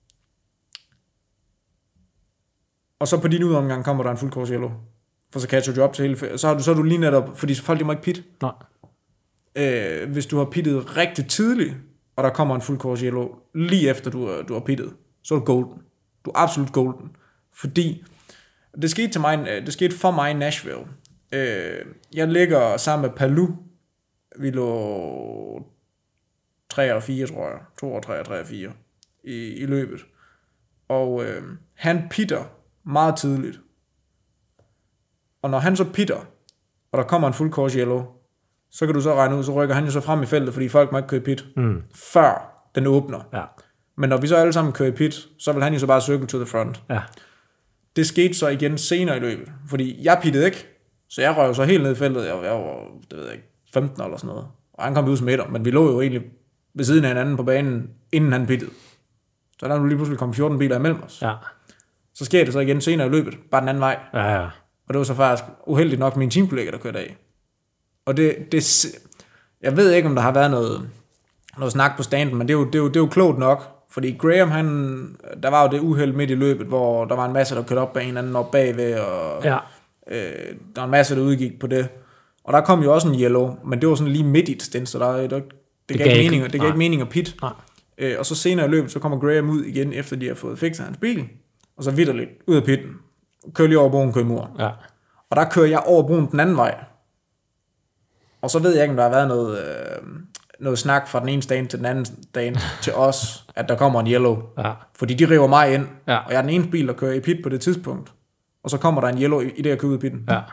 [SPEAKER 2] og så på din udomgang kommer der en full course yellow, for så catcher du op til hele, så har du, så er du lige netop, fordi folk de må ikke pitte. Nej. Øh, hvis du har pittet rigtig tidligt, og der kommer en full course yellow, lige efter du, du har pittet, så er du golden. Du er absolut golden. Fordi det skete, til mig, det skete for mig i Nashville. Jeg ligger sammen med Palou. Vi lå tre eller fire, tror jeg. to og tre og tre og fire i, i løbet. Og øh, han pitter meget tidligt. Og når han så pitter, og der kommer en full course yellow, så kan du så regne ud, så rykker han jo så frem i feltet, fordi folk må ikke køre i pit, mm. før den åbner. Ja. Men når vi så alle sammen kører i pit, så vil han jo så bare circle to the front. Ja. Det skete så igen senere i løbet, fordi jeg pittede ikke, så jeg røg jo så helt ned i feltet, jeg, jeg var, det ved jeg ikke, femten eller sådan noget, og han kom ud som etter, men vi lå jo egentlig ved siden af hinanden på banen, inden han pittede. Så der er nu lige pludselig kommet fjorten biler imellem os. Ja. Så sker det så igen senere i løbet, bare den anden vej. Ja, ja. Og det var så faktisk uheldigt nok min teamkollega, der kørte af. Og det, det, jeg ved ikke, om der har været noget, noget snak på standen, men det er, jo, det, er jo, det er jo klogt nok. Fordi Graham, han, der var jo det uheld midt i løbet, hvor der var en masse, der kørte op bag hinanden op bagved, og ja. øh, der var en masse, der udgik på det. Og der kom jo også en yellow, men det var sådan lige midt i et stint, så der, det, det, det gav ikke mening, det gav ikke mening at pit. Øh, og så senere i løbet, så kommer Graham ud igen, efter de har fået fikset hans bil, og så vitterligt ud af pitten, kører lige over broen, kører i muren. Ja. Og der kører jeg over broen den anden vej. Og så ved jeg ikke, om der har været noget... Øh, noget snak fra den ene stand til den anden stand til os, at der kommer en yellow. Ja. Fordi de river mig ind, ja. Og jeg er den eneste bil, der kører i pit på det tidspunkt. Og så kommer der en yellow i, i det, jeg kører ud i pitten. Ja.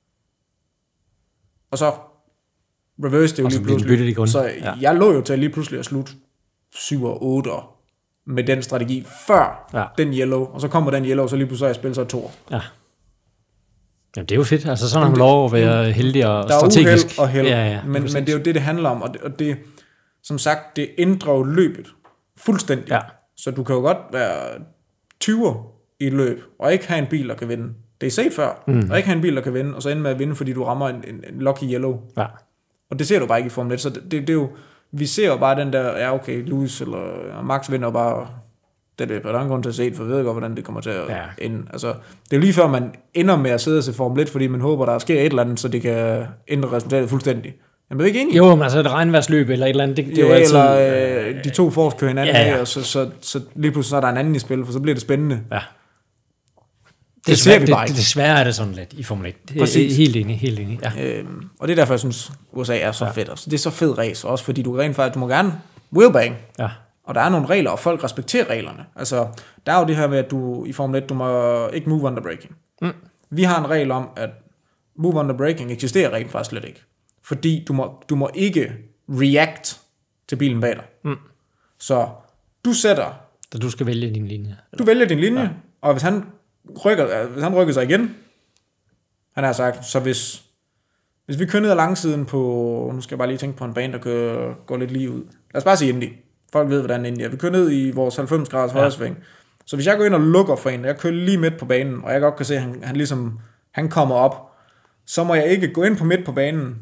[SPEAKER 2] Og så reverse det jo lige pludselig. Så ja. Jeg lå jo til lige pludselig at slutte syv og otte med den strategi før ja. Den yellow. Og så kommer den yellow, så lige pludselig jeg spiller så to. Ja.
[SPEAKER 3] Jamen, det er jo fedt. Altså, sådan har man lov at være heldig og
[SPEAKER 2] der
[SPEAKER 3] strategisk.
[SPEAKER 2] Der er uheld og held, ja, ja, men, men det er jo det, det handler om. Og det, og det som sagt, det ændrer jo løbet fuldstændig. Ja. Så du kan jo godt være tyver i et løb, og ikke have en bil, der kan vinde. Det er set før. Mm. Og ikke have en bil, der kan vinde, og så ende med at vinde, fordi du rammer en, en, en lucky yellow. Ja. Og det ser du bare ikke i Formel et. Så det, det, det er jo, vi ser jo bare den der, ja okay, Lewis eller Max vinder bare... Det er der en grund til at se det, for jeg ved godt, hvordan det kommer til at ja. Ende. Altså, det er jo lige før, man ender med at sidde og se Formel et, fordi man håber, der sker et eller andet, så det kan ændre resultatet fuldstændig. Jeg er ikke enig.
[SPEAKER 3] Jo, men altså et regnværsløb eller et eller andet, det, det
[SPEAKER 2] ja,
[SPEAKER 3] er jo altid...
[SPEAKER 2] eller øh, de to forrest kører hinanden ja, ja. Af, og så, så, så lige pludselig så er der en anden i spil, for så bliver det spændende. Ja. det ser vi bare
[SPEAKER 3] det,
[SPEAKER 2] ikke.
[SPEAKER 3] Desværre er det sådan lidt i Formel et.
[SPEAKER 2] Præcis.
[SPEAKER 3] Helt enig, helt enig. Ja.
[SPEAKER 2] Øhm, og det er derfor, jeg synes, U S A er så ja. fedt. Altså, det er så fed race, også fordi du rent faktisk, du må gerne wheelbang.
[SPEAKER 3] Ja.
[SPEAKER 2] Og der er nogle regler, og folk respekterer reglerne. Altså, der er jo det her med, at du i Formel et, du må ikke move under braking. Mm. Vi har en regel om, at move under braking eksisterer rent faktisk slet ikke. Fordi du må, du må ikke react til bilen bag dig. Mm. Så du sætter...
[SPEAKER 3] Så du skal vælge din linje.
[SPEAKER 2] Eller? Du vælger din linje, ja. Og hvis han, rykker, hvis han rykker sig igen, han har sagt, så hvis, hvis vi kører ned ad langsiden på... Nu skal jeg bare lige tænke på en bane, der kører, går lidt lige ud. Lad os bare sige Indy. Folk ved, hvordan Indy er. Vi kører ned i vores halvfems graders ja. højresving. Så hvis jeg går ind og lukker for en, og jeg kører lige midt på banen, og jeg godt kan se, at han, han ligesom han kommer op, så må jeg ikke gå ind på midt på banen,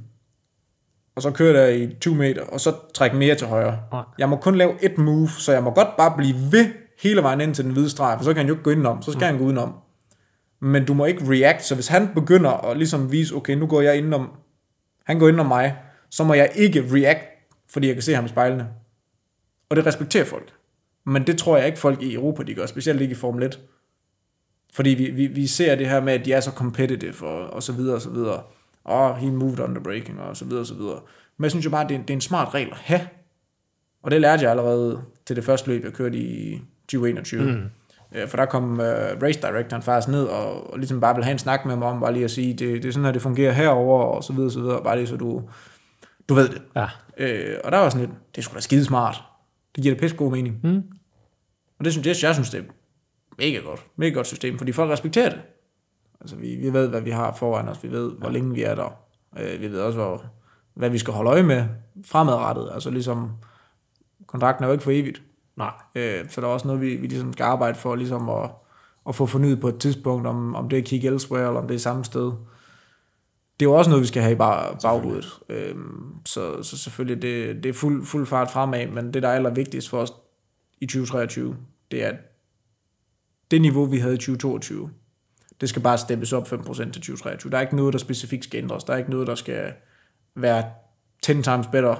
[SPEAKER 2] og så kører der i to meter, og så trække mere til højre. Ja. Jeg må kun lave et move, så jeg må godt bare blive ved hele vejen ind til den hvide streg, for så kan han jo ikke gå indenom, så skal ja. han gå udenom. Men du må ikke react, så hvis han begynder at ligesom vise, okay, nu går jeg indenom, han går indenom mig, så må jeg ikke react, fordi jeg kan se ham i spejlene. Og det respekterer folk. Men det tror jeg ikke folk i Europa, de gør, specielt ikke i Formel et. Fordi vi, vi, vi ser det her med, at de er så competitive, og, og så videre, og så videre. Og he moved under braking, og så videre, og så videre. Men jeg synes jo bare, det er, det er en smart regel at have. Og det lærte jeg allerede til det første løb, jeg kørte i tyve enogtyve. Mm. For der kom uh, race directoren faktisk ned, og, og ligesom bare ville have en snak med mig om, bare lige at sige, det, det er sådan her, det fungerer herover og så videre, så videre. Bare lige så du, du ved det. Ja. Øh, og der var sådan lidt, det er sgu da skide smart. Det giver det pisse god mening. Mm. Og det synes jeg, jeg synes, det er mega godt. Mega godt system, fordi folk respekterer det. Altså, vi, vi ved, hvad vi har foran os. Vi ved, hvor ja. længe vi er der. Øh, vi ved også, hvor, hvad vi skal holde øje med fremadrettet. Altså, ligesom, kontrakten er jo ikke for evigt. Nej. Øh, så der er også noget, vi, vi ligesom skal arbejde for, ligesom at, at få fornyet på et tidspunkt, om, om det er kigge elsewhere, eller om det er samme sted. Det er jo også noget, vi skal have i bag, baghovedet. Øh, så, så selvfølgelig, det, det er fuld, fuld fart fremad, men det, der er allervigtigst for os i tyve treogtyve, det er, at det niveau, vi havde i tyve toogtyve, det skal bare steppes op fem procent til tyve treogtyve. Der er ikke noget, der specifikt skal ændres. Der er ikke noget, der skal være ti times better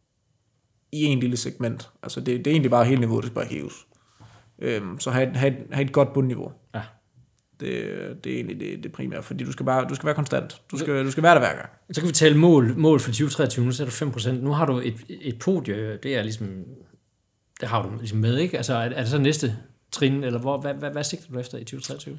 [SPEAKER 2] i en lille segment. Altså, det, det er egentlig bare hele niveauet, det skal bare hæves. Øhm, så have, have, have et godt bundniveau. Ja. Det, det er egentlig det, det primære, fordi du skal, bare, du skal være konstant. Du skal, du skal være der hver gang.
[SPEAKER 3] Så kan vi tale mål, mål for tyve treogtyve. Nu sætter du fem procent. Nu har du et, et podie. Det er ligesom... Det har du ligesom med, ikke? Altså, er, er det så næste trin, eller hvor, hvad, hvad, hvad sigter du efter i tyve treogtyve?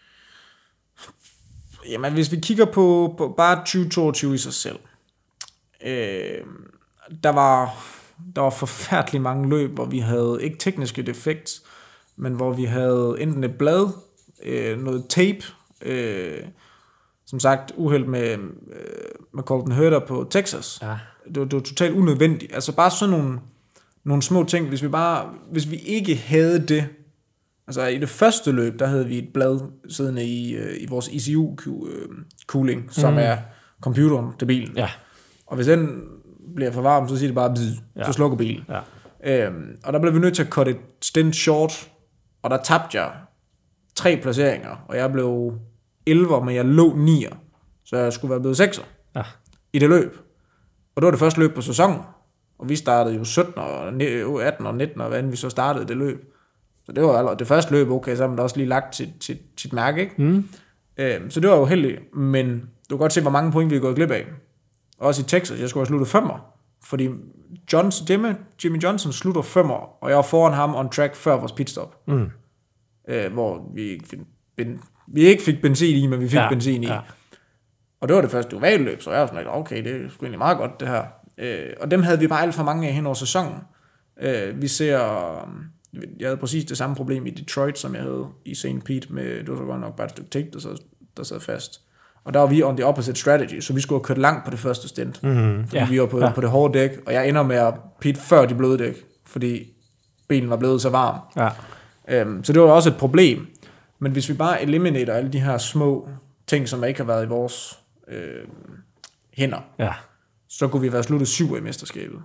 [SPEAKER 2] Jamen, hvis vi kigger på, på bare tyve toogtyve i sig selv, øh, der var der var forfærdeligt mange løb, hvor vi havde ikke tekniske defekts, men hvor vi havde enten et blad, øh, noget tape, øh, som sagt uheld med, øh, med Colton Herta på Texas. Ja. Det, var, det var totalt unødvendigt. Altså bare sådan nogle, nogle små ting, hvis vi bare, hvis vi ikke havde det. Altså i det første løb, der havde vi et blad siddende i, øh, i vores E C U-cooling, som mm. er computeren til bilen. Ja. Og hvis den bliver for varm, så siger det bare, bzz, ja. Så slukker bilen. Ja. Øhm, og der blev vi nødt til at cutte et stint short, og der tabte jeg tre placeringer, og jeg blev elleve, men jeg lå nier, så jeg skulle være blevet sekser ja. i det løb. Og det var det første løb på sæsonen, og vi startede jo sytten og atten og nitten, og hvordan vi så startede det løb. Så det var allerede det første løb, okay, så har man også lige lagt sit, sit, sit mærke, ikke? Mm. Øhm, så det var jo heldigt, men du kan godt se, hvor mange point vi er gået glip af. Også i Texas, jeg skulle have sluttet femmer, fordi Johnson, Jimmy, Jimmy Johnson slutter femmer, og jeg var foran ham on track før vores pitstop. Mm. Øh, hvor vi ikke, fik, ben, vi ikke fik benzin i, men vi fik ja, benzin i. Ja. Og det var det første ovale løb, så jeg var sådan, okay, det er sgu egentlig meget godt det her. Øh, og dem havde vi bare alt for mange af hen over sæsonen. Øh, vi ser, jeg havde præcis det samme problem i Detroit, som jeg havde i Saint Pete, med, det var så godt nok bare et stykke take, der sad, der sad fast. Og der var vi on the opposite strategy, så vi skulle have kørt langt på det første stint, mm, fordi ja, vi var på, ja. på det hårde dæk, og jeg ender med at pit før de bløde dæk, fordi bilen var blevet så varm. Ja. Øhm, så det var også et problem. Men hvis vi bare eliminater alle de her små ting, som ikke har været i vores øh, hænder, ja. så kunne vi være sluttet syv i mesterskabet.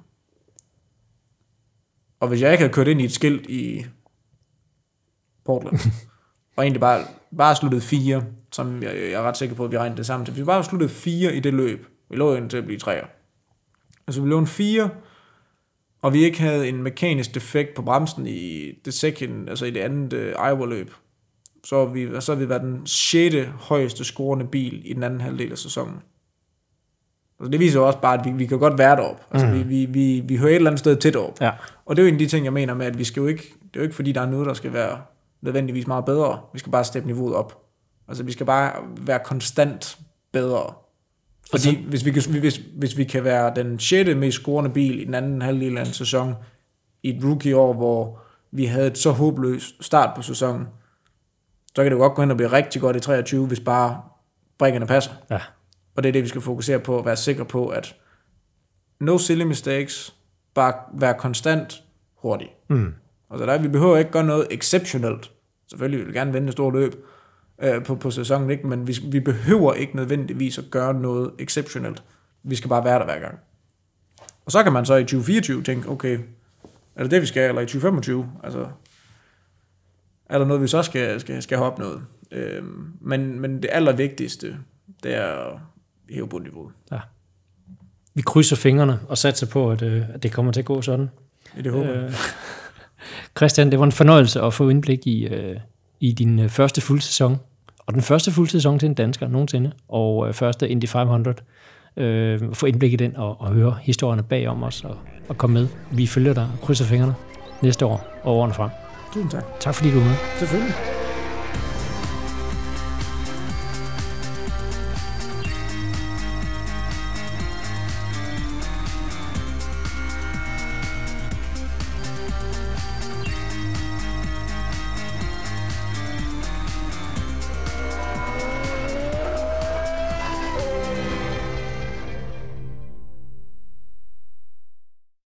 [SPEAKER 2] Og hvis jeg ikke havde kørt ind i et skilt i Portland, og egentlig bare, bare sluttet fire, som jeg, jeg er ret sikker på, at vi regnede det sammen til. Hvis vi bare sluttet fire i det løb, vi lå ind til at blive treer. Altså vi lå en fire, og vi ikke havde en mekanisk defekt på bremsen i det second, altså i det andet uh, Iowa-løb, så har vi, så har vi været den sjette højeste scorende bil i den anden halvdel af sæsonen. Altså det viser jo også bare, at vi, vi kan godt være deroppe. Altså mm. vi, vi, vi, vi hører et eller andet sted tæt op.
[SPEAKER 3] Ja.
[SPEAKER 2] Og det er jo en af de ting, jeg mener med, at vi skal jo ikke, det er jo ikke fordi, der er noget, der skal være nødvendigvis meget bedre. Vi skal bare steppe niveauet op. Altså vi skal bare være konstant bedre. Fordi så, hvis, vi kan, hvis, hvis vi kan være den sjette mest scorende bil i den anden halvdel af en sæson, i et rookie-år, hvor vi havde et så håbløst start på sæsonen, så kan det jo godt gå hen og blive rigtig godt i treogtyve, hvis bare brækkerne passer.
[SPEAKER 3] Ja.
[SPEAKER 2] Og det er det, vi skal fokusere på, at være sikre på, at no silly mistakes, bare være konstant hurtig.
[SPEAKER 3] Mm.
[SPEAKER 2] Altså der, vi behøver ikke gøre noget exceptionelt. Selvfølgelig vil vi gerne vinde et stort løb øh, på, på sæsonen, ikke? Men vi, vi behøver ikke nødvendigvis at gøre noget exceptionelt. Vi skal bare være der hver gang. Og så kan man så i tyve fireogtyve tænke, okay, er det det, vi skal, eller i tyve femogtyve? Altså, er der noget, vi så skal, skal, skal have opnået? Øh, men, men det allervigtigste, det er at hæve bundniveauet. Ja.
[SPEAKER 3] Vi krydser fingrene og satser på, at, øh, at det kommer til at gå sådan.
[SPEAKER 2] Ja, det håber jeg. Øh,
[SPEAKER 3] Christian, det var en fornøjelse at få indblik i, øh, i din øh, første fuldsæson. Og den første fuldsæson til en dansker nogensinde. Og øh, første Indy fem hundrede. Øh, få indblik i den og, og høre historierne bagom os og, og komme med. Vi følger dig og krydser fingrene næste år og årene frem.
[SPEAKER 2] Tusind tak.
[SPEAKER 3] Tak fordi du var med.
[SPEAKER 2] Selvfølgelig.